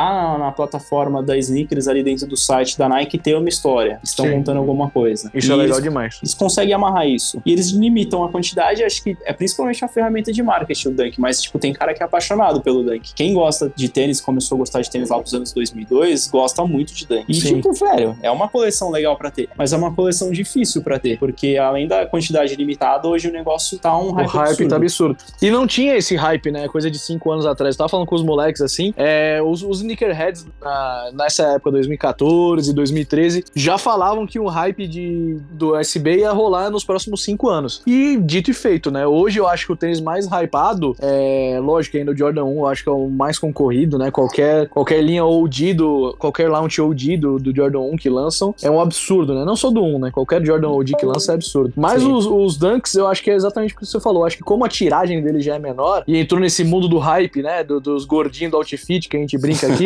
tá na plataforma da Sneakers ali dentro do site da Nike ter uma história. Estão Sim. contando alguma coisa. Isso E é legal eles, demais. eles conseguem amarrar isso. E eles limitam a quantidade, acho que é principalmente a ferramenta de marketing, o Dunk. Mas, tipo, tem cara que é apaixonado pelo Dunk. Quem gosta de tênis, começou a gostar de tênis lá pros anos 2002, gosta muito de Dunk. E, Sim. tipo, velho, é uma coleção legal pra ter. Mas é uma coleção difícil pra ter. Porque, além da quantidade limitada, hoje o negócio tá um O hype hype absurdo. tá absurdo. E não tinha esse hype, né? Coisa de 5 anos atrás. Eu tava falando com os moleques assim. Os sneakerheads nessa época, 2014, 2013, já falavam que o hype do SB ia rolar nos próximos 5 anos. E dito e feito, né? Hoje eu acho que o tênis mais hypado lógico, ainda o Jordan 1 eu acho que é o mais concorrido, né? Qualquer linha OG qualquer launch OG do Jordan 1 que lançam é um absurdo, né? Não só do 1, né? Qualquer Jordan OG que lança é absurdo. Mas os Dunks, eu acho que é exatamente o que você falou. Eu acho que como a tiragem dele já é menor e entrou nesse mundo do hype, né? Dos gordinhos do Outfit que a gente brinca aqui,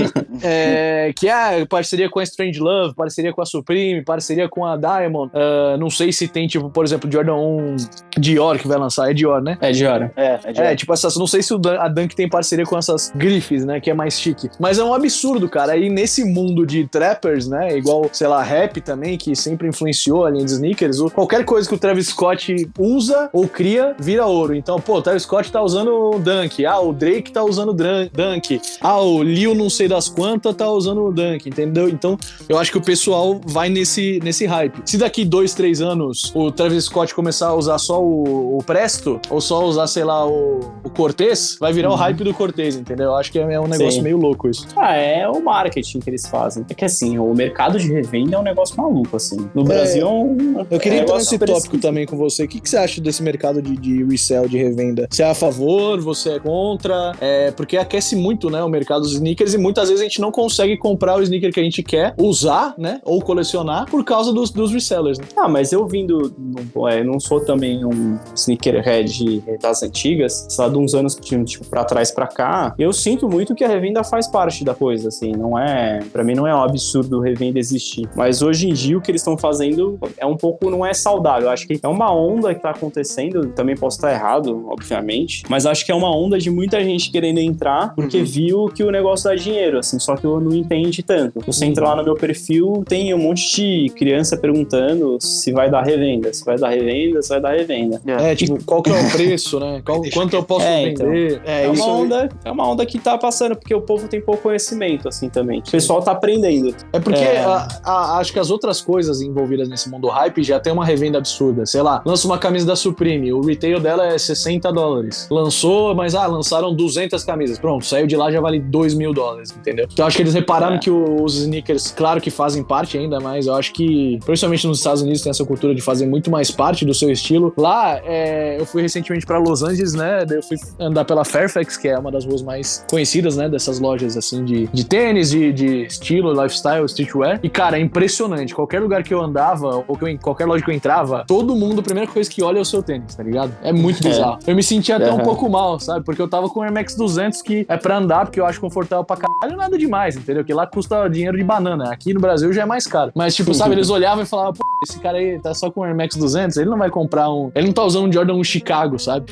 que é parceria com a Strange Love, parceria com a Supreme, parceria com a Diamond. Não sei se tem, tipo, por exemplo, Jordan 1 Dior que vai lançar. É Dior, né? É de hora. Tipo essas, não sei se a Dunk tem parceria com essas grifes, né, que é mais chique, mas é um absurdo, cara, aí nesse mundo de trappers, né, igual, sei lá, rap também, que sempre influenciou a linha de sneakers, qualquer coisa que o Travis Scott usa ou cria, vira ouro, então, pô, o Travis Scott tá usando Dunk, o Drake tá usando Dunk, o Lil não sei das quantas tá usando o Dunk, entendeu? Então, eu acho que o pessoal vai nesse hype. Se daqui 2, 3 anos o Travis Scott começar a usar só o Presto, ou só usar, sei lá, o Cortez, vai virar o hype do Cortez, entendeu? Eu acho que é um negócio meio louco isso. É o marketing que eles fazem. É que assim, o mercado de revenda é um negócio maluco, assim. No Brasil eu queria entrar nesse super tópico também com você. O que você acha desse mercado de resell, de revenda? Você é a favor? Você é contra? Porque aquece muito, né, o mercado dos sneakers e muitas vezes a gente não consegue comprar o sneaker que a gente quer usar, né, ou colecionar por causa dos resellers, né? Mas eu vindo, não sou também um sneakerhead das antigas, sei lá, de uns anos tipo, pra trás pra cá, eu sinto muito que a revenda faz parte da coisa, assim, pra mim não é um absurdo revenda existir, mas hoje em dia o que eles estão fazendo é um pouco, não é saudável, eu acho que é uma onda que tá acontecendo, também posso estar errado, obviamente, mas acho que é uma onda de muita gente querendo entrar, porque viu que o negócio dá dinheiro, assim, só que eu não entende tanto. Você entra lá no meu perfil, tem um monte de criança perguntando se vai dar revenda, se vai dar revenda, se vai dar revenda. Tipo, qual que é o preço, né? Quanto eu posso vender? Então, é uma onda que tá passando, porque o povo tem pouco conhecimento, assim, também. O pessoal tá aprendendo. É porque acho que as outras coisas envolvidas nesse mundo hype já tem uma revenda absurda. Sei lá, lança uma camisa da Supreme, o retail dela é $60. Lançou, mas lançaram 200 camisas. Pronto, saiu de lá já vale $2.000, entendeu? Então acho que eles repararam que os sneakers, claro que fazem parte ainda, mas eu acho que, principalmente nos Estados Unidos, tem essa cultura de fazer muito mais parte do seu estilo. Lá, eu fui recentemente pra Los Angeles, né? Eu fui andar pela Fairfax, que é uma das ruas mais conhecidas, né? Dessas lojas, assim, de tênis, de estilo, lifestyle, streetwear. E, cara, é impressionante. Qualquer lugar que eu andava, ou qualquer loja que eu entrava, todo mundo, a primeira coisa que olha é o seu tênis, tá ligado? É muito bizarro. Eu me senti até um pouco mal, sabe? Porque eu tava com o Air Max 200, que é pra andar, porque eu acho confortável pra caralho, nada demais, entendeu? Que lá custa dinheiro de banana. Aqui no Brasil já é mais caro. Mas, tipo, sabe? Eles olhavam e falavam, pô, esse cara aí tá só com o Air Max 200, ele não vai comprar ele não tá usando um Jordan 1 Chicago, sabe?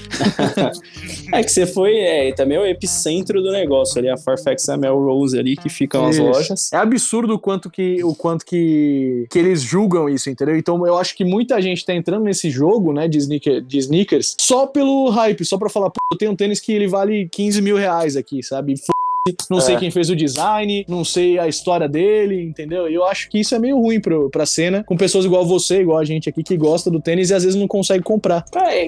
Que você foi, também é o epicentro do negócio ali, a Fairfax e a Melrose ali, que ficam as lojas. É absurdo o quanto que eles julgam isso, entendeu? Então eu acho que muita gente tá entrando nesse jogo, né, de sneakers, só pelo hype, só pra falar, pô, eu tenho um tênis que ele vale R$15.000 aqui, sabe? Não sei quem fez o design, não sei a história dele, entendeu? E eu acho que isso é meio ruim pra cena, com pessoas igual você, igual a gente aqui, que gosta do tênis e às vezes não consegue comprar.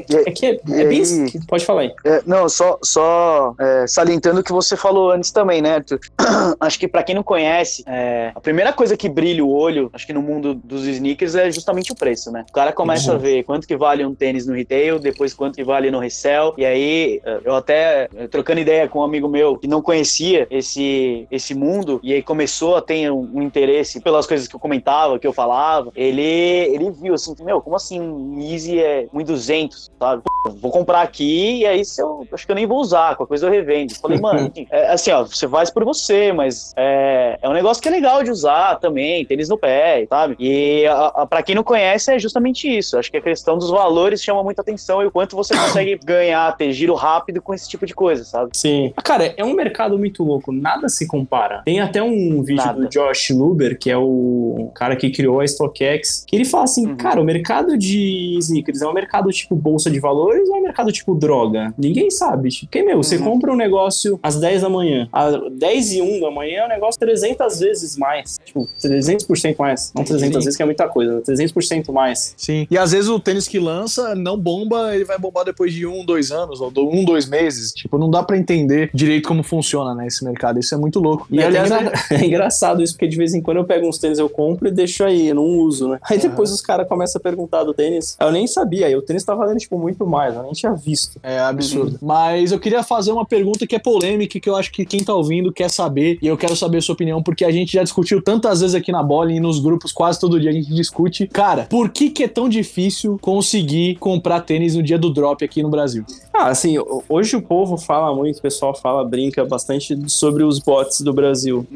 É bem isso. Pode falar aí. Não, só salientando o que você falou antes também, né, Arthur? Acho que pra quem não conhece, a primeira coisa que brilha o olho, acho que no mundo dos sneakers, é justamente o preço, né? O cara começa a ver quanto que vale um tênis no retail, depois quanto que vale no resell, e aí eu até, trocando ideia com um amigo meu que não conhecia esse mundo, e aí começou a ter um interesse pelas coisas que eu comentava, que eu falava, ele viu assim, como assim um Easy é 1.200, sabe? vou comprar aqui e aí acho que eu nem vou usar, qualquer coisa eu revendo. Falei, mano, assim, ó, você faz por você, mas é um negócio que é legal de usar também, tênis no pé, sabe? E pra quem não conhece, é justamente isso. Acho que a questão dos valores chama muita atenção e o quanto você consegue ganhar, ter giro rápido com esse tipo de coisa, sabe? Sim. Cara, é um mercado muito louco, nada se compara. Tem até um vídeo do Josh Luber, que é o cara que criou a StockX, que ele fala assim, cara, o mercado de sneakers é um mercado tipo bolsa de valores ou é um mercado tipo droga? Ninguém sabe. Tipo, porque, você compra um negócio às 10 da manhã, às 10:01 da manhã é um negócio 300 vezes mais. Tipo, 300% mais. Não 300 vezes, que é muita coisa, 300% mais. Sim. E às vezes o tênis que lança não bomba, ele vai bombar depois de 1-2 anos, ou 1-2 meses. Tipo, não dá pra entender direito como funciona, né, esse mercado. Isso é muito louco. E aliás, é engraçado isso, porque de vez em quando eu pego uns tênis, eu compro e deixo aí, eu não uso, né? Aí depois os caras começam a perguntar do tênis. Eu nem sabia, aí o tênis tá valendo, tipo, muito mais, eu nem tinha visto. É absurdo. Mas eu queria fazer uma pergunta que é polêmica, que eu acho que quem tá ouvindo quer saber, e eu quero saber a sua opinião, porque a gente já discutiu tantas vezes aqui na Bola e nos grupos, quase todo dia a gente discute. Cara, por que é tão difícil conseguir comprar tênis no dia do drop aqui no Brasil? Assim, hoje o povo fala muito, o pessoal brinca bastante sobre os bots do Brasil.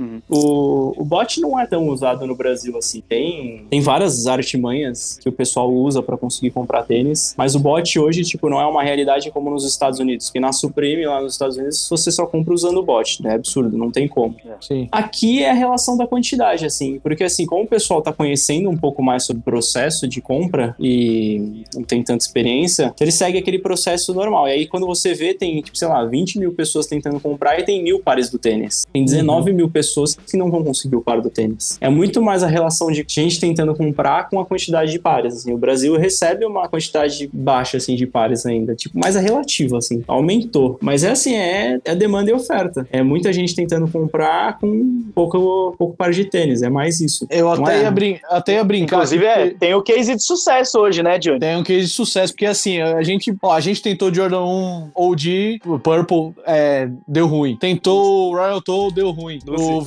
O bot não é tão usado no Brasil assim. Tem várias artimanhas que o pessoal usa pra conseguir comprar tênis, mas o bot hoje, tipo, não é uma realidade como nos Estados Unidos, que na Supreme, lá nos Estados Unidos, você só compra usando o bot, né? É absurdo, não tem como. Sim. Aqui é a relação da quantidade, assim, porque assim, como o pessoal tá conhecendo um pouco mais sobre o processo de compra e não tem tanta experiência, ele segue aquele processo normal. E aí, quando você vê, tem, tipo, sei lá, 20 mil pessoas tentando comprar e tem 1.000 pares do tênis. Tem 19 mil pessoas que não vão conseguir o par do tênis. É muito mais a relação de gente tentando comprar com a quantidade de pares, assim. O Brasil recebe uma quantidade baixa, assim, de pares ainda. Tipo, mais a relativa, assim. Aumentou. Mas é assim, é demanda e oferta. É muita gente tentando comprar com pouco par de tênis. É mais isso. Eu até ia brincar. Inclusive, tem o case de sucesso hoje, né, Johnny? Tem um case de sucesso, porque assim, a gente tentou Jordan 1 OG, o Purple, deu ruim. Tentou o Royal Toe, deu ruim. O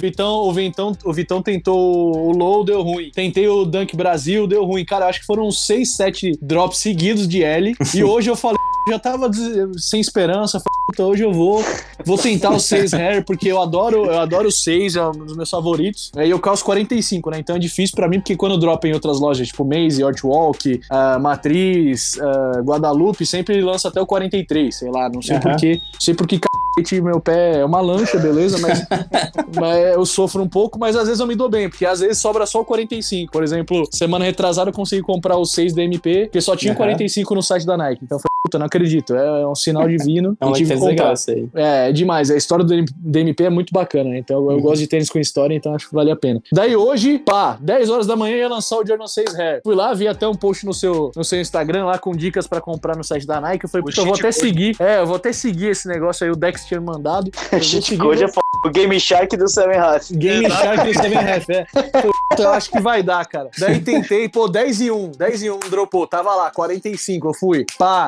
Vitão tentou o Low, deu ruim. Tentei o Dunk Brasil, deu ruim. Cara, acho que foram 6, 7 drops seguidos de L. E hoje eu falei, já tava sem esperança. Falei, hoje eu vou tentar o 6 Hair, porque eu adoro o 6, é um dos meus favoritos. E eu calço 45, né? Então é difícil pra mim, porque quando eu dropo em outras lojas, tipo Maze, Artwalk, Matriz, Guadalupe, sempre lança até o 43, sei lá, não sei porquê. Sei porque meu pé é uma lancha, beleza? Mas eu sofro um pouco, mas às vezes eu me dou bem, porque às vezes sobra só o 45. Por exemplo, semana retrasada eu consegui comprar o 6 da MP, porque só tinha 45 no site da Nike. Então eu falei, puta, não acredito, é um sinal divino. É uma tive que comprar. Legal, isso aí. É demais, a história do MP é muito bacana, né? Então eu gosto de tênis com história, então acho que vale a pena. Daí hoje, 10 horas da manhã ia lançar o Jordan 6 Hair. Fui lá, vi até um post no seu Instagram lá com dicas pra comprar no site da Nike. Eu falei, puta, eu vou até seguir. Eu vou até seguir esse negócio aí, o Dex tinha mandado. Hoje é o Game Shark do Seven Half. Game Shark do Seven Half, eu acho que vai dar, cara. Daí tentei, 10:01, dropou, tava lá, 45, eu fui.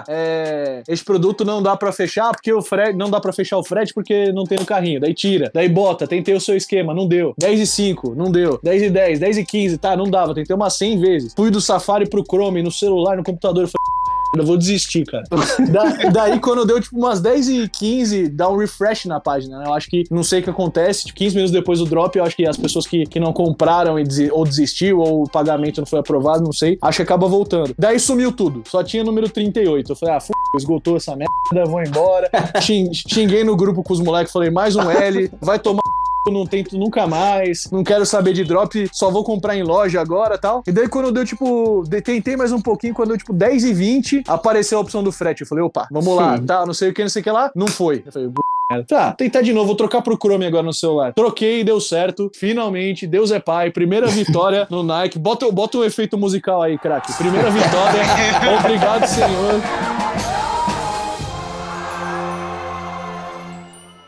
Esse produto não dá pra fechar, porque o frete, não dá pra fechar o frete porque não tem no carrinho. Daí tira, daí bota, tentei o seu esquema, não deu. 10:05, não deu. 10:10, 10:15, tá, não dava, tentei umas 100 vezes. Fui do Safari pro Chrome, no celular, no computador, eu falei, eu vou desistir, cara. Daí, quando deu, tipo, umas 10:15, dá um refresh na página, né? Eu acho que, não sei o que acontece, tipo, 15 minutos depois do drop, eu acho que as pessoas que não compraram ou desistiu, ou o pagamento não foi aprovado, não sei, acho que acaba voltando. Daí sumiu tudo, só tinha número 38. Eu falei, esgotou essa merda, vou embora. Xinguei no grupo com os moleques, falei, mais um L, vai tomar... não tento nunca mais, não quero saber de drop, só vou comprar em loja agora e tal. E daí quando deu, tipo, tentei mais um pouquinho, quando deu, tipo, 10:20, apareceu a opção do frete. Eu falei, opa, vamos lá, tá, não sei o que lá. Não foi. Eu falei, tá, tentar de novo, vou trocar pro Chrome agora no celular. Troquei, deu certo, finalmente, Deus é pai, primeira vitória no Nike. Bota um efeito musical aí, craque. Primeira vitória, obrigado, senhor.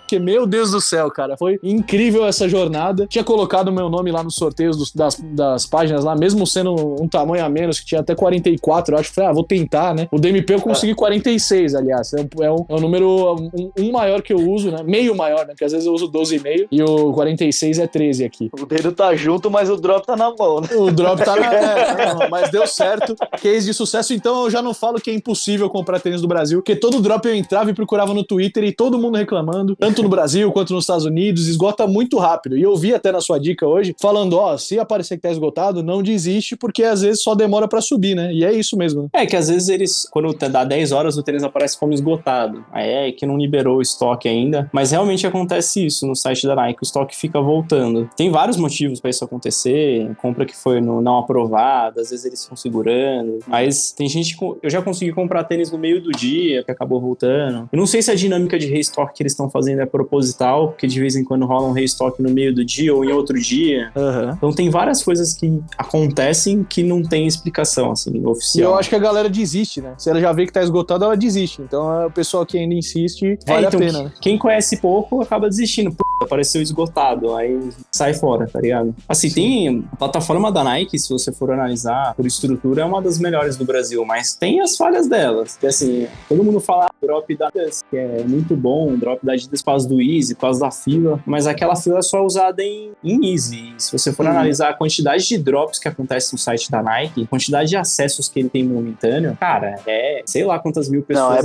porque, meu Deus do céu, cara, foi incrível essa jornada. Tinha colocado o meu nome lá nos sorteios das páginas lá, mesmo sendo um tamanho a menos, que tinha até 44, eu acho. Falei, vou tentar, né? O DMP eu consegui 46, aliás. É um número um maior que eu uso, né? Meio maior, né? Porque às vezes eu uso 12,5 e o 46 é 13 aqui. O dedo tá junto, mas o drop tá na mão, né? O drop tá na... mas deu certo. Case de sucesso, então eu já não falo que é impossível comprar tênis do Brasil, porque todo drop eu entrava e procurava no Twitter e todo mundo reclamando, tanto no Brasil quanto nos Estados Unidos, esgota muito rápido. E eu vi até na sua dica hoje, falando, se aparecer que tá esgotado, não desiste, porque às vezes só demora pra subir, né? E é isso mesmo. Né? É que às vezes eles, quando dá 10 horas, o tênis aparece como esgotado. Aí é que não liberou o estoque ainda. Mas realmente acontece isso no site da Nike, o estoque fica voltando. Tem vários motivos pra isso acontecer, compra que foi não aprovada, às vezes eles estão segurando. Mas tem gente que eu já consegui comprar tênis no meio do dia, que acabou voltando. Eu não sei se a dinâmica de restock que eles estão fazendo é proposital, porque de vez em quando rola um restock no meio do dia ou em outro dia. Uhum. Então tem várias coisas que acontecem que não tem explicação, assim, oficial. E eu acho que a galera desiste, né? Se ela já vê que tá esgotado, ela desiste. Então o pessoal que ainda insiste, vale a pena, né? Quem conhece pouco acaba desistindo. Apareceu esgotado, aí sai fora, tá ligado? Assim, tem a plataforma da Nike, se você for analisar por estrutura, é uma das melhores do Brasil, mas tem as falhas delas. Que assim, todo mundo fala drop da Adidas, que é muito bom, drop da Adidas por causa do Easy, por causa da fila, mas aquela fila é só usada em Easy. Se você for analisar a quantidade de drops que acontece no site da Nike, a quantidade de acessos que ele tem momentâneo, cara, sei lá quantas mil pessoas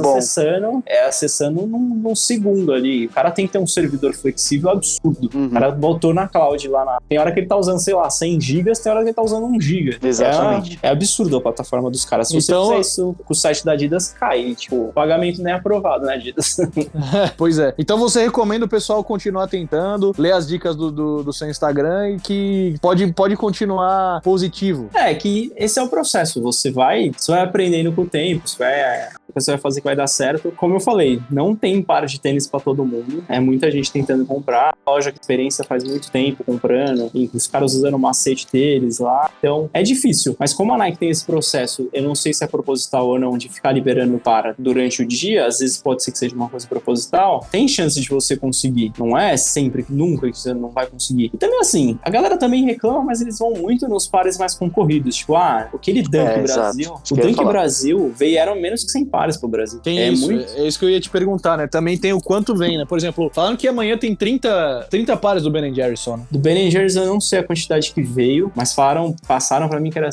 acessando num segundo ali. O cara tem que ter um servidor flexível absurdo. O cara botou na cloud lá tem hora que ele tá usando, sei lá, 100 gigas, tem hora que ele tá usando 1 giga. Exatamente. É absurdo a plataforma dos caras. Se você fizer isso com o site da Adidas, cai. Tipo, o pagamento nem é aprovado, né, Adidas? Pois é. Então você recomenda o pessoal continuar tentando, ler as dicas do seu Instagram e que pode continuar positivo. É, que esse é o processo. Você vai aprendendo com o tempo, você vai fazer que vai dar certo. Como eu falei, não tem par de tênis pra todo mundo. É muita gente tentando comprar. A loja de experiência faz muito tempo comprando. E os caras usando o macete deles lá. Então, é difícil. Mas como a Nike tem esse processo, eu não sei se é proposital ou não, de ficar liberando para durante o dia, às vezes pode ser que seja uma coisa proposital, tem chance de você conseguir. Não é sempre, nunca que você não vai conseguir. E também assim, a galera também reclama, mas eles vão muito nos pares mais concorridos. Tipo, aquele Dunk Brasil. O Dunk Brasil vieram menos que 100 pares pro Brasil. Tem isso, é isso que eu ia te perguntar, né? Também tem o quanto vem, né? Por exemplo, falando que amanhã tem 30 pares do Ben & Jerry's só, né? Do Ben & Jerry's eu não sei a quantidade que veio, mas passaram pra mim que era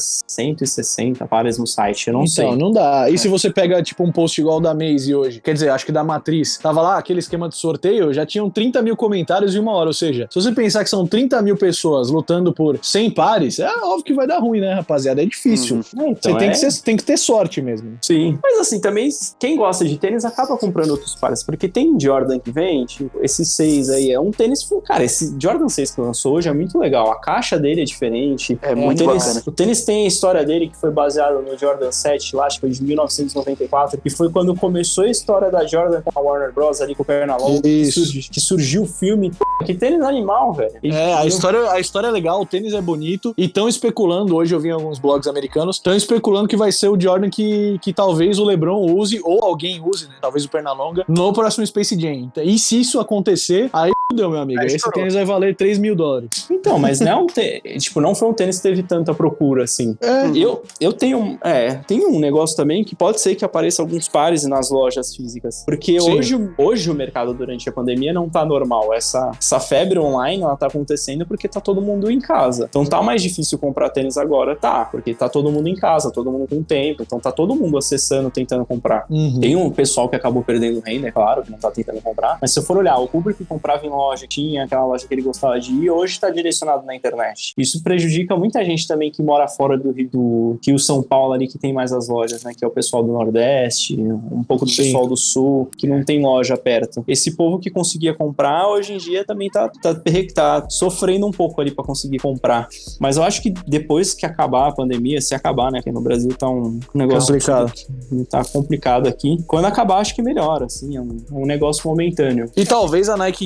160 pares no site, eu não sei. Então, não dá. E se você pega, tipo, um post igual o da Maze hoje, quer dizer, acho que da Matriz, tava lá, aquele esquema de sorteio, já tinham 30 mil comentários em uma hora, ou seja, se você pensar que são 30 mil pessoas lutando por 100 pares, é óbvio que vai dar ruim, né, rapaziada? É difícil. Então você tem que ter sorte mesmo. Sim. Mas assim, também, quem gosta de tênis acaba comprando outros pares, porque tem Jordan que vem, tipo, esse 6 aí é um tênis, cara, esse Jordan 6 que lançou hoje é muito legal, a caixa dele é diferente. É muito bacana. O tênis tem a história dele que foi baseado no Jordan 7, lá, acho que foi de 1994, que foi quando começou a história da Jordan com a Warner Bros. Ali com o Pernalonga, que surgiu o filme. Que tênis animal, velho. A história é legal, o tênis é bonito, e estão especulando, hoje eu vi em alguns blogs americanos, estão especulando que vai ser o Jordan que talvez o LeBron use, ou alguém use, né, talvez o Pernalonga, no próximo Space Jam. E se isso acontecer, aí fudeu, meu amigo. Esse tênis vai valer $3 mil. Então, mas não, não foi um tênis que teve tanta procura, assim. Eu tenho um negócio também que pode ser que apareça alguns pares nas lojas físicas. Porque hoje o mercado durante a pandemia não tá normal. Essa febre online, ela tá acontecendo porque tá todo mundo em casa. Então tá mais difícil comprar tênis agora, porque tá todo mundo em casa, todo mundo com tempo. Então tá todo mundo acessando, tentando comprar. Tem um pessoal que acabou perdendo renda, é claro, que não tá tentando comprar. Mas se eu for olhar, o público que comprava em loja, tinha aquela loja que ele gostava de ir, hoje tá direcionado na internet. Isso prejudica muita gente também que mora fora do Rio, São Paulo ali, que tem mais as lojas, né? Que é o pessoal do Nordeste, um pouco do pessoal do Sul, que não tem loja perto. Esse povo que conseguia comprar, hoje em dia também tá sofrendo um pouco ali pra conseguir comprar. Mas eu acho que depois que acabar a pandemia, se acabar, né? Porque no Brasil tá um negócio complicado. Tá complicado aqui. Quando acabar, acho que melhora, assim, é um negócio momentâneo. E talvez a Nike entenda que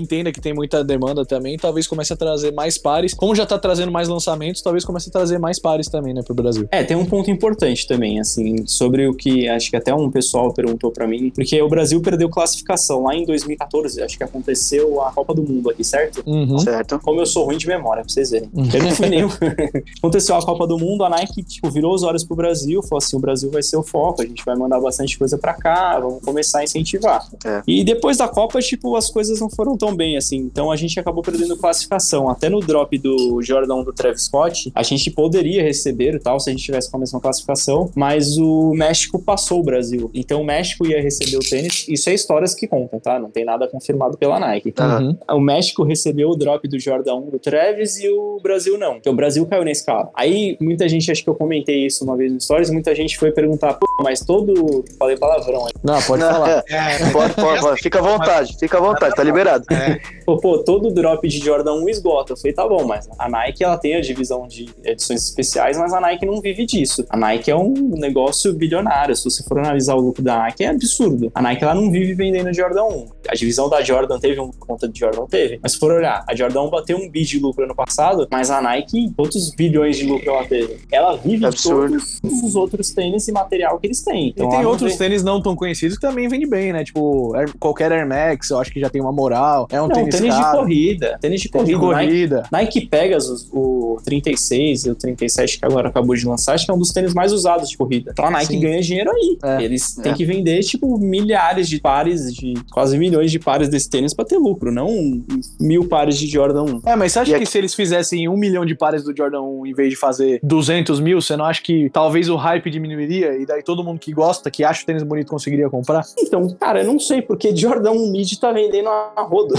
tem muita demanda também, talvez comece a trazer mais pares. Como já tá trazendo mais lançamentos, talvez comece a trazer mais pares também, né, pro Brasil. Tem um ponto importante também, assim, sobre o que acho que até um pessoal perguntou pra mim, porque o Brasil perdeu classificação lá em 2014, acho que aconteceu a Copa do Mundo aqui, certo? Uhum. Certo. Como eu sou ruim de memória, pra vocês verem. Eu não fui nenhum. Aconteceu a Copa do Mundo, a Nike, tipo, virou os olhos pro Brasil, falou assim, o Brasil vai ser o foco, a gente vai mandar bastante coisa pra cá, vamos começar a incentivar. E depois da Copa, tipo, as coisas não foram tão bem, assim, então a gente acabou perdendo classificação. Até no drop do Jordan do Travis Scott, a gente poderia receber e tal, se a gente tivesse com a mesma classificação, mas o México passou o Brasil. Então o México ia receber o tênis, isso é histórias que contam, tá? Não tem nada confirmado pela Nike. Uhum. O México recebeu o drop do Jordan 1 do Travis e o Brasil não. Porque o Brasil caiu na escala. Aí muita gente, acho que eu comentei isso uma vez no Stories, muita gente foi perguntar, pô, mas todo... Falei palavrão aí. Não, pode falar. Pode. Fica à vontade, tá liberado. Pô, todo drop de Jordan 1 esgota. Eu falei, tá bom, mas a Nike, ela tem a divisão de edições especiais, mas a Nike não vive disso. A Nike é um negócio bilionário. Se você for analisar o lucro da Nike, é absurdo. A Nike, ela não vive vendendo Jordan 1. A divisão da Jordan teve uma conta de Jordan? Teve. Mas se for olhar, a Jordan 1 bateu 1 bi de lucro ano passado, mas a Nike, quantos bilhões de lucro ela teve? Ela vive de todos os outros tênis e material que eles têm. Então, e tem outros tênis não tão conhecidos que também vende bem, né? Tipo, qualquer Air Max, eu acho que já tem uma moral. É um tênis de corrida. Tênis de corrida. Nike Pegasus, o 36 e o 37 que agora acabou de lançar, acho que é um dos tênis mais usados de corrida. Então a Nike ganha dinheiro aí. Eles têm que vender, tipo, milhares de pares, de quase milhões de pares desse tênis pra ter lucro, não 1000 pares de Jordan 1. Mas você acha que se eles fizessem 1 milhão de pares do Jordan 1 em vez de fazer 200 mil, você não acha que talvez o hype diminuiria e daí todo mundo que gosta, que acha o tênis bonito, conseguiria comprar? Então, cara, eu não sei, porque Jordan 1 Mid tá vendendo a rodo.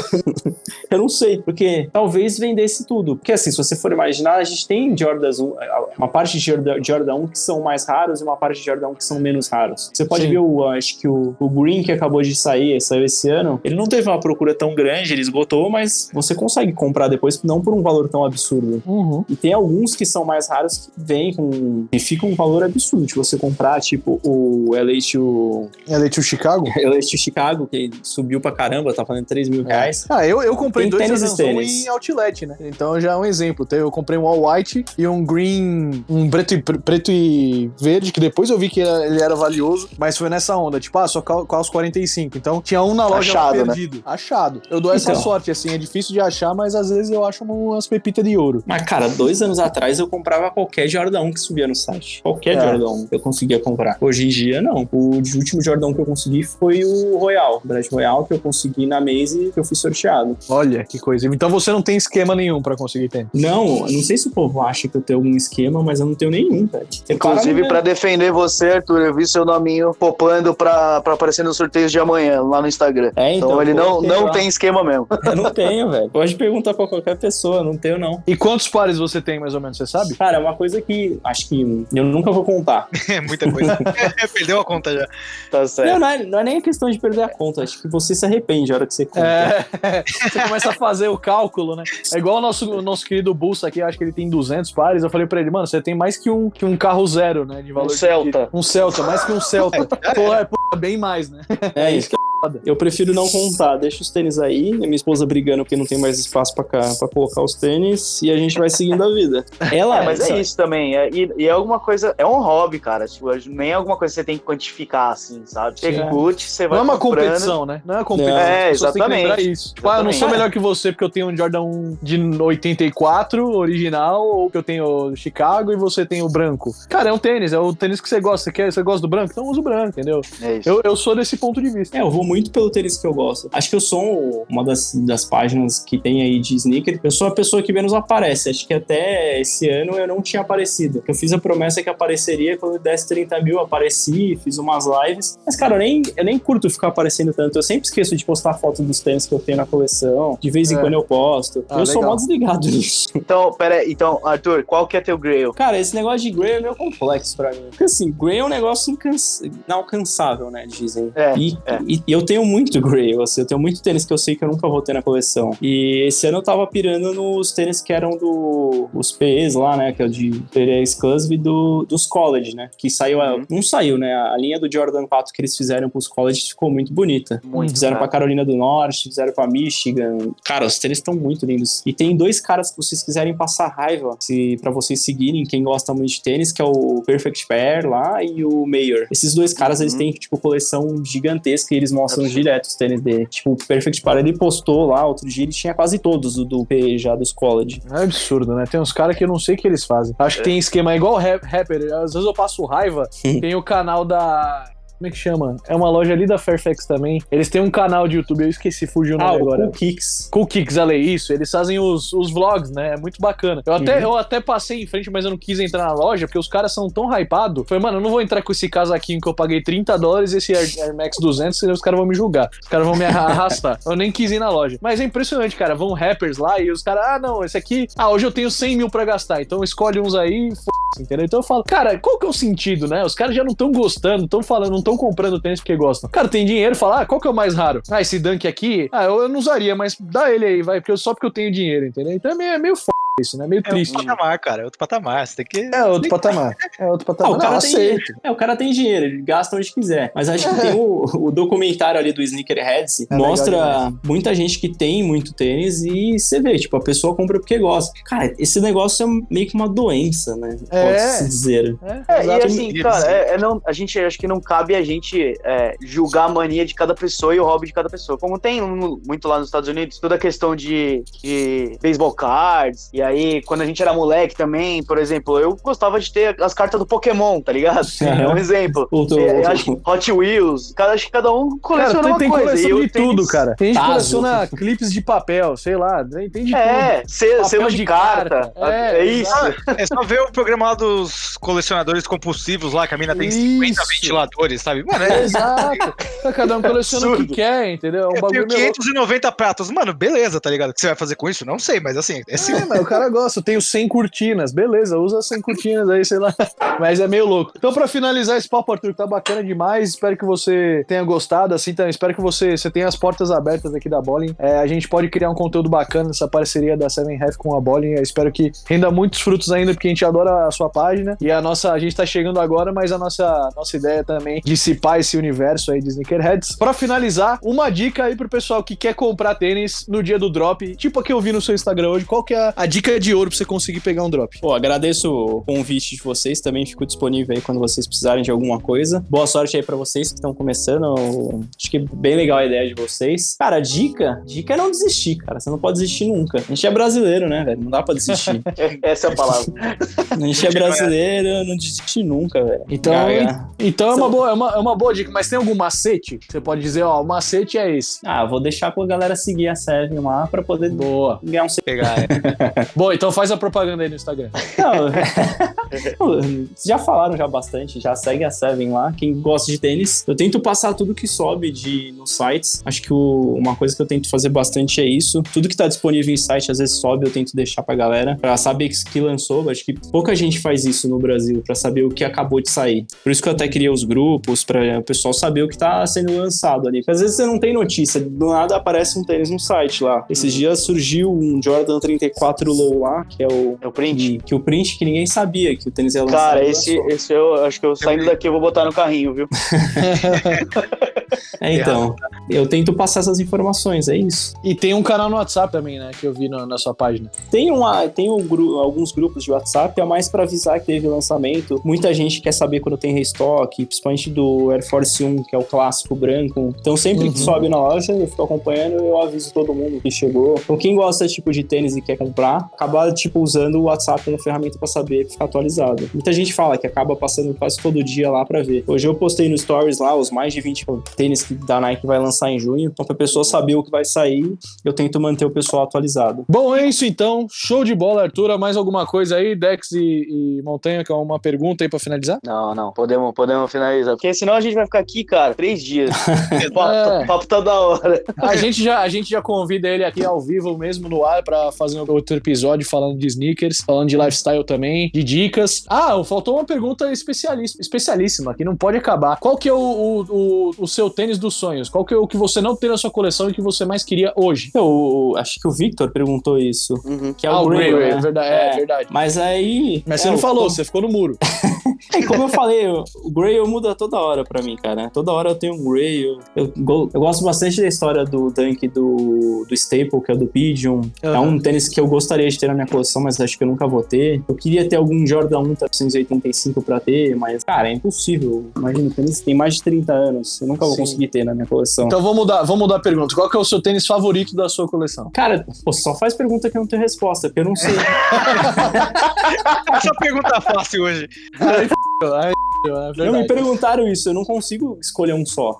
Eu não sei, porque talvez vendesse tudo. Porque assim, se você for imaginar, a gente tem Jordans 1, uma parte de Jordan 1 que são mais raros e uma parte de Jordan 1 que são menos raros. Você pode ver, acho que o Green que acabou de sair, saiu esse ano, ele não teve uma procura tão grande, ele esgotou, mas você consegue comprar depois, não por um valor tão absurdo. Uhum. E tem alguns que são mais raros que vêm com... e ficam um valor absurdo de você comprar, tipo o LA2 Chicago? LA2 Chicago, que subiu pra caramba, tá falando 3 mil reais. Eu comprei tem dois em outlet, né? Então já é um exemplo. Eu comprei um all white e um green, um preto e verde, que depois eu vi que ele era valioso, mas foi nessa onda, tipo, só calço 45. Então tinha um na loja achado, perdido. Né? Achado. Eu dou essa sorte, assim, é difícil de achar, mas às vezes eu acho umas pepitas de ouro. Mas, cara, 2 anos atrás eu comprava qualquer Jordan 1 que subia no site. Qualquer Jordan 1 eu conseguia comprar. Hoje em dia, não. O último Jordan 1 que eu consegui foi o Royal. O Brad Royal, que eu consegui na Maze, que eu fui sorteado. Olha, que coisa. Então você não tem esquema nenhum pra conseguir tênis? Não sei se o povo acha que eu tenho algum esquema, mas eu não tenho nenhum, velho. Inclusive, pra defender você, Arthur, eu vi seu nominho popando pra aparecer nos sorteios de amanhã, lá no Instagram. Então ele não tem esquema mesmo. Eu não tenho, velho. Pode perguntar pra qualquer pessoa, não tenho, não. E quantos pares você tem, mais ou menos, você sabe? Cara, é uma coisa que acho que eu nunca vou contar. É muita coisa. Perdeu a conta já. Tá certo. Não é nem a questão de perder a conta, acho que você se arrepende a hora que você conta. Você começa a fazer o cálculo, né? É igual o nosso querido Bulsa aqui, acho que ele tem 200 pares. Eu falei pra ele, mano, você tem mais que um carro zero, né? De valor Um Celta, mais que um Celta. Bem mais, né? É isso que eu prefiro não contar. Deixa os tênis aí, a minha esposa brigando porque não tem mais espaço pra colocar os tênis e a gente vai seguindo a vida. Mas é isso também. E é alguma coisa, é um hobby, cara. Tipo, nem é alguma coisa que você tem que quantificar, assim, sabe? Você curte, você vai. Não é uma comprando. competição, né? Não é uma competição. Exatamente. Tem que lembrar isso. Eu não sou melhor que você porque eu tenho um Jordan 1 de 84, original, ou que eu tenho o Chicago e você tem o branco. Cara, é um tênis, é o tênis que você gosta. Você gosta do branco? Então usa o branco, entendeu? É isso. Eu sou desse ponto de vista. Eu vou muito pelo tênis que eu gosto. Acho que eu sou uma das páginas que tem aí de sneaker. Eu sou a pessoa que menos aparece. Acho que até esse ano eu não tinha aparecido. Eu fiz a promessa que apareceria quando eu desse 30 mil, apareci, fiz umas lives. Mas, cara, eu nem curto ficar aparecendo tanto. Eu sempre esqueço de postar foto dos tênis que eu tenho na coleção. De vez em quando eu posto. Eu sou mó desligado nisso. Então, Arthur, qual que é teu grail? Cara, esse negócio de grail é meio complexo pra mim. Porque, assim, grail é um negócio inalcançável, né, dizem. E eu eu tenho muito Grail, assim, eu tenho muito tênis que eu sei que eu nunca vou ter na coleção. E esse ano eu tava pirando nos tênis que eram os PEs lá, né, que é o de PE Exclusive dos college, né, que saiu, não saiu, né, a linha do Jordan 4 que eles fizeram pros college ficou muito bonita. Fizeram pra Carolina do Norte, fizeram pra Michigan. Cara, os tênis estão muito lindos. E tem dois caras que vocês quiserem passar raiva, pra vocês seguirem, quem gosta muito de tênis, que é o Perfect Pair lá e o Mayer. Esses dois caras, eles têm, tipo, coleção gigantesca e eles mostram direto os tênis dele. Tipo, o Perfect Pair, ele postou lá, outro dia, ele tinha quase todos do PE já, dos college. É absurdo, né? Tem uns caras que eu não sei o que eles fazem. Acho que tem esquema igual rapper. Às vezes eu passo raiva. Tem o canal da... Como é que chama? É uma loja ali da Fairfax também. Eles têm um canal de YouTube, eu esqueci, fugiu o nome agora. Cool Kicks. Cool Kicks, olha isso. Eles fazem os vlogs, né? É muito bacana. Eu até passei em frente, mas eu não quis entrar na loja, porque os caras são tão hypados. Falei, mano, eu não vou entrar com esse casaquinho que eu paguei $30 e esse Air Max 200, senão os caras vão me julgar. Os caras vão me arrastar. Eu nem quis ir na loja. Mas é impressionante, cara. Vão rappers lá e os caras, não, esse aqui... hoje eu tenho 100 mil pra gastar, então escolhe uns aí, entendeu? Então eu falo, cara, qual que é o sentido, né? Os caras já não estão gostando, estão falando, não estão comprando tênis porque gostam. Cara, tem dinheiro, fala, qual que é o mais raro? Esse Dunk aqui, eu não usaria, mas dá ele aí, vai, só porque eu tenho dinheiro, entendeu? Então é meio isso, né? Meio triste. É outro patamar, cara, é outro patamar. Você tem que... É outro patamar. O cara tem dinheiro, ele gasta onde quiser. Mas acho que tem o documentário ali do Sneakerheads, mostra muita gente que tem muito tênis e você vê, tipo, a pessoa compra porque gosta. Cara, esse negócio é meio que uma doença, né? Pode-se dizer. E assim, cara, a gente acho que não cabe a gente julgar a mania de cada pessoa e o hobby de cada pessoa. Como tem muito lá nos Estados Unidos, toda a questão de baseball cards. E aí, quando a gente era moleque também, por exemplo, eu gostava de ter as cartas do Pokémon, tá ligado? É um exemplo. Hot Wheels. Acho que cada um coleciona uma tem coisa. Coleção de tudo, cara. Tem gente que coleciona clipes de papel, sei lá, tem de tudo. Selo de carta. É isso. É só ver o programa lá dos colecionadores compulsivos lá, que a mina tem 50 ventiladores, sabe? Mano, exato. Cada um coleciona o que quer, entendeu? Eu tenho 590 pratos. Mano, beleza, tá ligado? O que você vai fazer com isso? Não sei, mas assim... Mas o cara gosta. Eu tenho 100 cortinas. Beleza, usa 100 cortinas aí, sei lá. Mas é meio louco. Então, pra finalizar esse papo, Arthur, tá bacana demais. Espero que você tenha gostado, assim, então, espero que você tenha as portas abertas aqui da Bowling. A gente pode criar um conteúdo bacana nessa parceria da 7half com a Bowling. Eu espero que renda muitos frutos ainda, porque a gente adora a sua página. E a gente tá chegando agora, mas a nossa ideia também é dissipar esse universo aí de sneakerheads. Pra finalizar, uma dica aí pro pessoal que quer comprar tênis no dia do drop, tipo a que eu vi no seu Instagram hoje. Qual que é a dica de ouro pra você conseguir pegar um drop? Pô, agradeço o convite de vocês, também fico disponível aí quando vocês precisarem de alguma coisa. Boa sorte aí pra vocês que estão começando. Acho que é bem legal a ideia de vocês. Cara, dica é não desistir, cara. Você não pode desistir nunca. A gente é brasileiro, né, velho? Não dá pra desistir. Essa é a palavra. A gente é brasileiro, não desistir nunca, velho. Então é uma boa dica, mas tem algum macete? Você pode dizer, o macete é esse. Vou deixar pra galera seguir a Seven lá pra poder ganhar um... Pegar, Bom, então faz a propaganda aí no Instagram. Já falaram já bastante, já segue a Seven lá, quem gosta de tênis. Eu tento passar tudo que sobe nos sites. Acho que uma coisa que eu tento fazer bastante é isso. Tudo que tá disponível em site, às vezes sobe, eu tento deixar pra galera, pra saber que lançou. Acho que pouca gente faz isso no Brasil, pra saber o que acabou de sair. Por isso que eu até criei os grupos, pra o pessoal saber o que tá sendo lançado ali. Porque às vezes você não tem notícia, do nada aparece um tênis no site lá. Esses dias surgiu um Jordan 34 Low lá, que é o print. Que o print que ninguém sabia que o tênis ia lançar. Cara, esse eu acho que eu saindo daqui eu vou botar no carrinho, viu? Então, eu tento passar essas informações, é isso. E tem um canal no WhatsApp também, né, que eu vi na sua página. Tem alguns grupos de WhatsApp, é mais pra avisar que teve lançamento. Muita gente quer saber quando tem restock, principalmente do Air Force 1, que é o clássico branco. Então, sempre que sobe na loja, eu fico acompanhando e eu aviso todo mundo que chegou. Então, quem gosta desse tipo de tênis e quer comprar, acaba, usando o WhatsApp como ferramenta pra saber, ficar atualizado. Muita gente fala que acaba passando quase todo dia lá pra ver. Hoje eu postei no Stories lá os mais de 20 tênis que da Nike vai lançar em junho. Então, pra pessoa saber o que vai sair, eu tento manter o pessoal atualizado. Bom, é isso então. Show de bola, Arthur. Mais alguma coisa aí, Dex e Montanha, que é uma pergunta aí pra finalizar? Não. Podemos finalizar. Porque senão a gente vai ficar aqui, cara, 3 dias. O papo tá da hora. A gente já convida ele aqui ao vivo mesmo, no ar, pra fazer outro episódio falando de sneakers, falando de lifestyle também, de dicas. Faltou uma pergunta especialíssima, que não pode acabar. Qual que é o seu tênis dos sonhos? Qual que é o que você não tem na sua coleção e o que você mais queria hoje. Eu acho que o Victor perguntou isso. Que é o Grail, Grail, né? é verdade. É verdade. Mas aí... Mas você não falou, você ficou no muro. Como eu falei, o Grail muda toda hora pra mim, cara. Toda hora eu tenho um Grail. Eu gosto bastante da história do Dunk do Staple, que é do Pigeon. É um tênis que eu gostaria de ter na minha coleção, mas acho que eu nunca vou ter. Eu queria ter algum Jordan 1 385 pra ter, mas, cara, é impossível. Imagina, o tênis tem mais de 30 anos. Eu nunca vou conseguir ter na minha coleção. Então vamos mudar a pergunta. Qual que é o seu tênis favorito da sua coleção? Cara, só faz pergunta que eu não tenho resposta, porque eu não sei. Essa pergunta fácil hoje. Não, me perguntaram isso, eu não consigo escolher um só.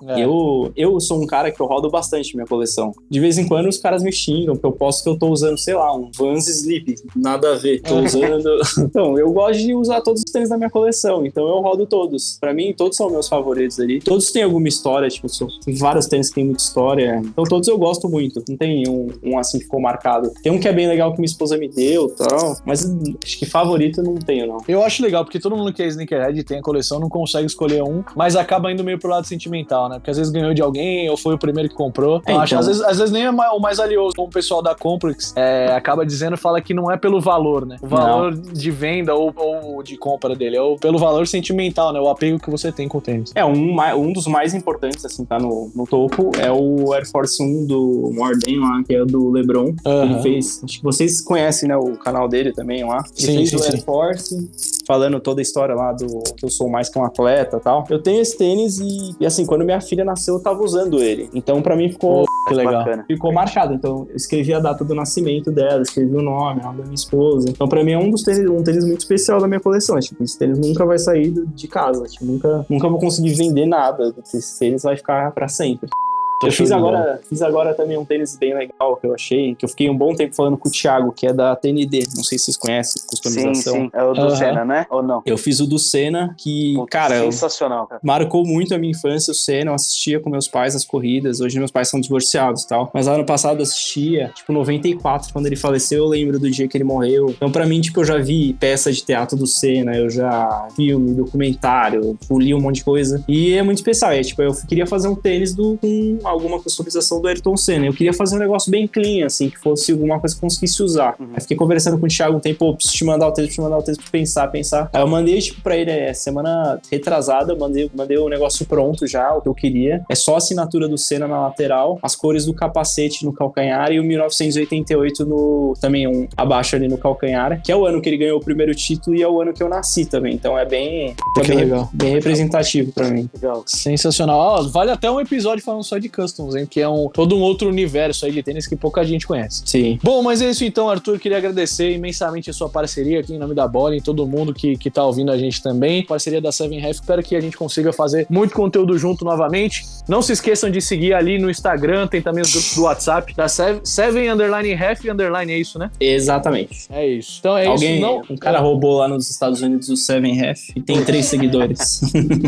Eu sou um cara que eu rodo bastante minha coleção. De vez em quando os caras me xingam, porque eu posto que eu tô usando, sei lá, um Vans Sleep. Nada a ver. Tô usando... Então, eu gosto de usar todos os tênis da minha coleção, então eu rodo todos. Pra mim, todos são meus favoritos ali. Todos têm alguma história, tipo, tem vários tênis que tem muita história. Então todos eu gosto muito. Não tem um assim que ficou marcado. Tem um que é bem legal que minha esposa me deu e tal, mas acho que favorito eu não tenho, não. Eu acho legal, porque todo mundo que é sneakerhead e tem a coleção não consegue escolher um, mas acaba indo meio pro lado sentimental, né? Porque às vezes ganhou de alguém ou foi o primeiro que comprou. Então, acho, às vezes nem é o mais valioso. Como o pessoal da Complex acaba dizendo, fala que não é pelo valor, né? O valor de venda ou de compra dele, é pelo valor sentimental, né? O apego que você tem com o tênis. Um dos mais importantes, assim, tá no topo, é o Air Force 1 do Morden lá, que é o do LeBron. Ele fez, acho que vocês conhecem, né, o canal dele também lá. Ele fez o Air Force, falando toda a história lá do que eu sou mais que um atleta e tal. Eu tenho esse tênis e assim, quando minha filha nasceu, eu tava usando ele. Então, pra mim, que legal. Ficou marcado. Então, eu escrevi a data do nascimento dela, escrevi o nome da minha esposa. Então, pra mim, é um tênis muito especial da minha coleção. Tipo, esse tênis nunca vai sair de casa. Tipo, nunca vou conseguir vender nada. Esse tênis vai ficar pra sempre. Eu fiz agora também um tênis bem legal que eu achei, que eu fiquei um bom tempo falando com o Thiago, que é da TND. Não sei se vocês conhecem, customização. Sim. É o do Senna, né? Ou não? Eu fiz o do Senna, que, cara... Sensacional, cara. Marcou muito a minha infância o Senna. Eu assistia com meus pais as corridas. Hoje meus pais são divorciados e tal. Mas lá no passado eu assistia, tipo, 94, quando ele faleceu, eu lembro do dia que ele morreu. Então, pra mim, tipo, eu já vi peça de teatro do Senna, eu já filme, documentário, li um monte de coisa. E é muito especial. Tipo, eu queria fazer um tênis com alguma customização do Ayrton Senna. Eu queria fazer um negócio bem clean, assim, que fosse alguma coisa que eu conseguisse usar. Aí fiquei conversando com o Thiago um tempo, preciso te mandar o tênis pra pensar. Aí eu mandei, tipo, pra ele, semana retrasada, eu mandei o negócio pronto já, o que eu queria. É só a assinatura do Senna na lateral, as cores do capacete no calcanhar e o 1988 também abaixo ali no calcanhar, que é o ano que ele ganhou o primeiro título e é o ano que eu nasci também. Então é bem representativo pra mim. Legal. Sensacional. Vale até um episódio falando só de customs, hein? Que é todo um outro universo aí de tênis que pouca gente conhece. Sim. Bom, mas é isso então, Arthur. Queria agradecer imensamente a sua parceria aqui em nome da Bola e todo mundo que tá ouvindo a gente também. Parceria da 7Ref. Espero que a gente consiga fazer muito conteúdo junto novamente. Não se esqueçam de seguir ali no Instagram, tem também os grupos do WhatsApp da 7_Ref_, é isso, né? Exatamente. É isso. Então é isso. Não... Um cara roubou lá nos Estados Unidos o 7Ref e tem 3 seguidores.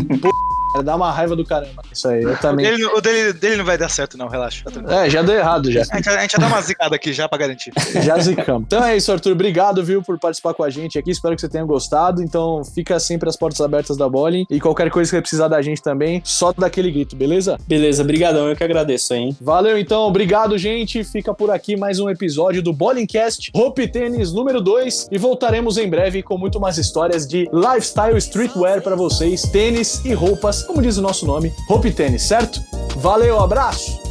Dá uma raiva do caramba. Isso aí, eu também. O dele não vai dar certo, não, relaxa. Já deu errado já. A gente já dá uma zicada aqui já pra garantir. Já zicamos. Então é isso, Arthur. Obrigado, viu, por participar com a gente aqui. Espero que você tenha gostado. Então fica sempre as portas abertas da Bowling. E qualquer coisa que você precisar da gente também, só dá aquele grito, beleza? Beleza, brigadão. Eu que agradeço, hein? Valeu, então. Obrigado, gente. Fica por aqui mais um episódio do Bowlingcast Hope Tênis número 2. E voltaremos em breve com muito mais histórias de lifestyle streetwear pra vocês. Tênis e roupas, como diz o nosso nome, Hope Tênis, certo? Valeu, abraço!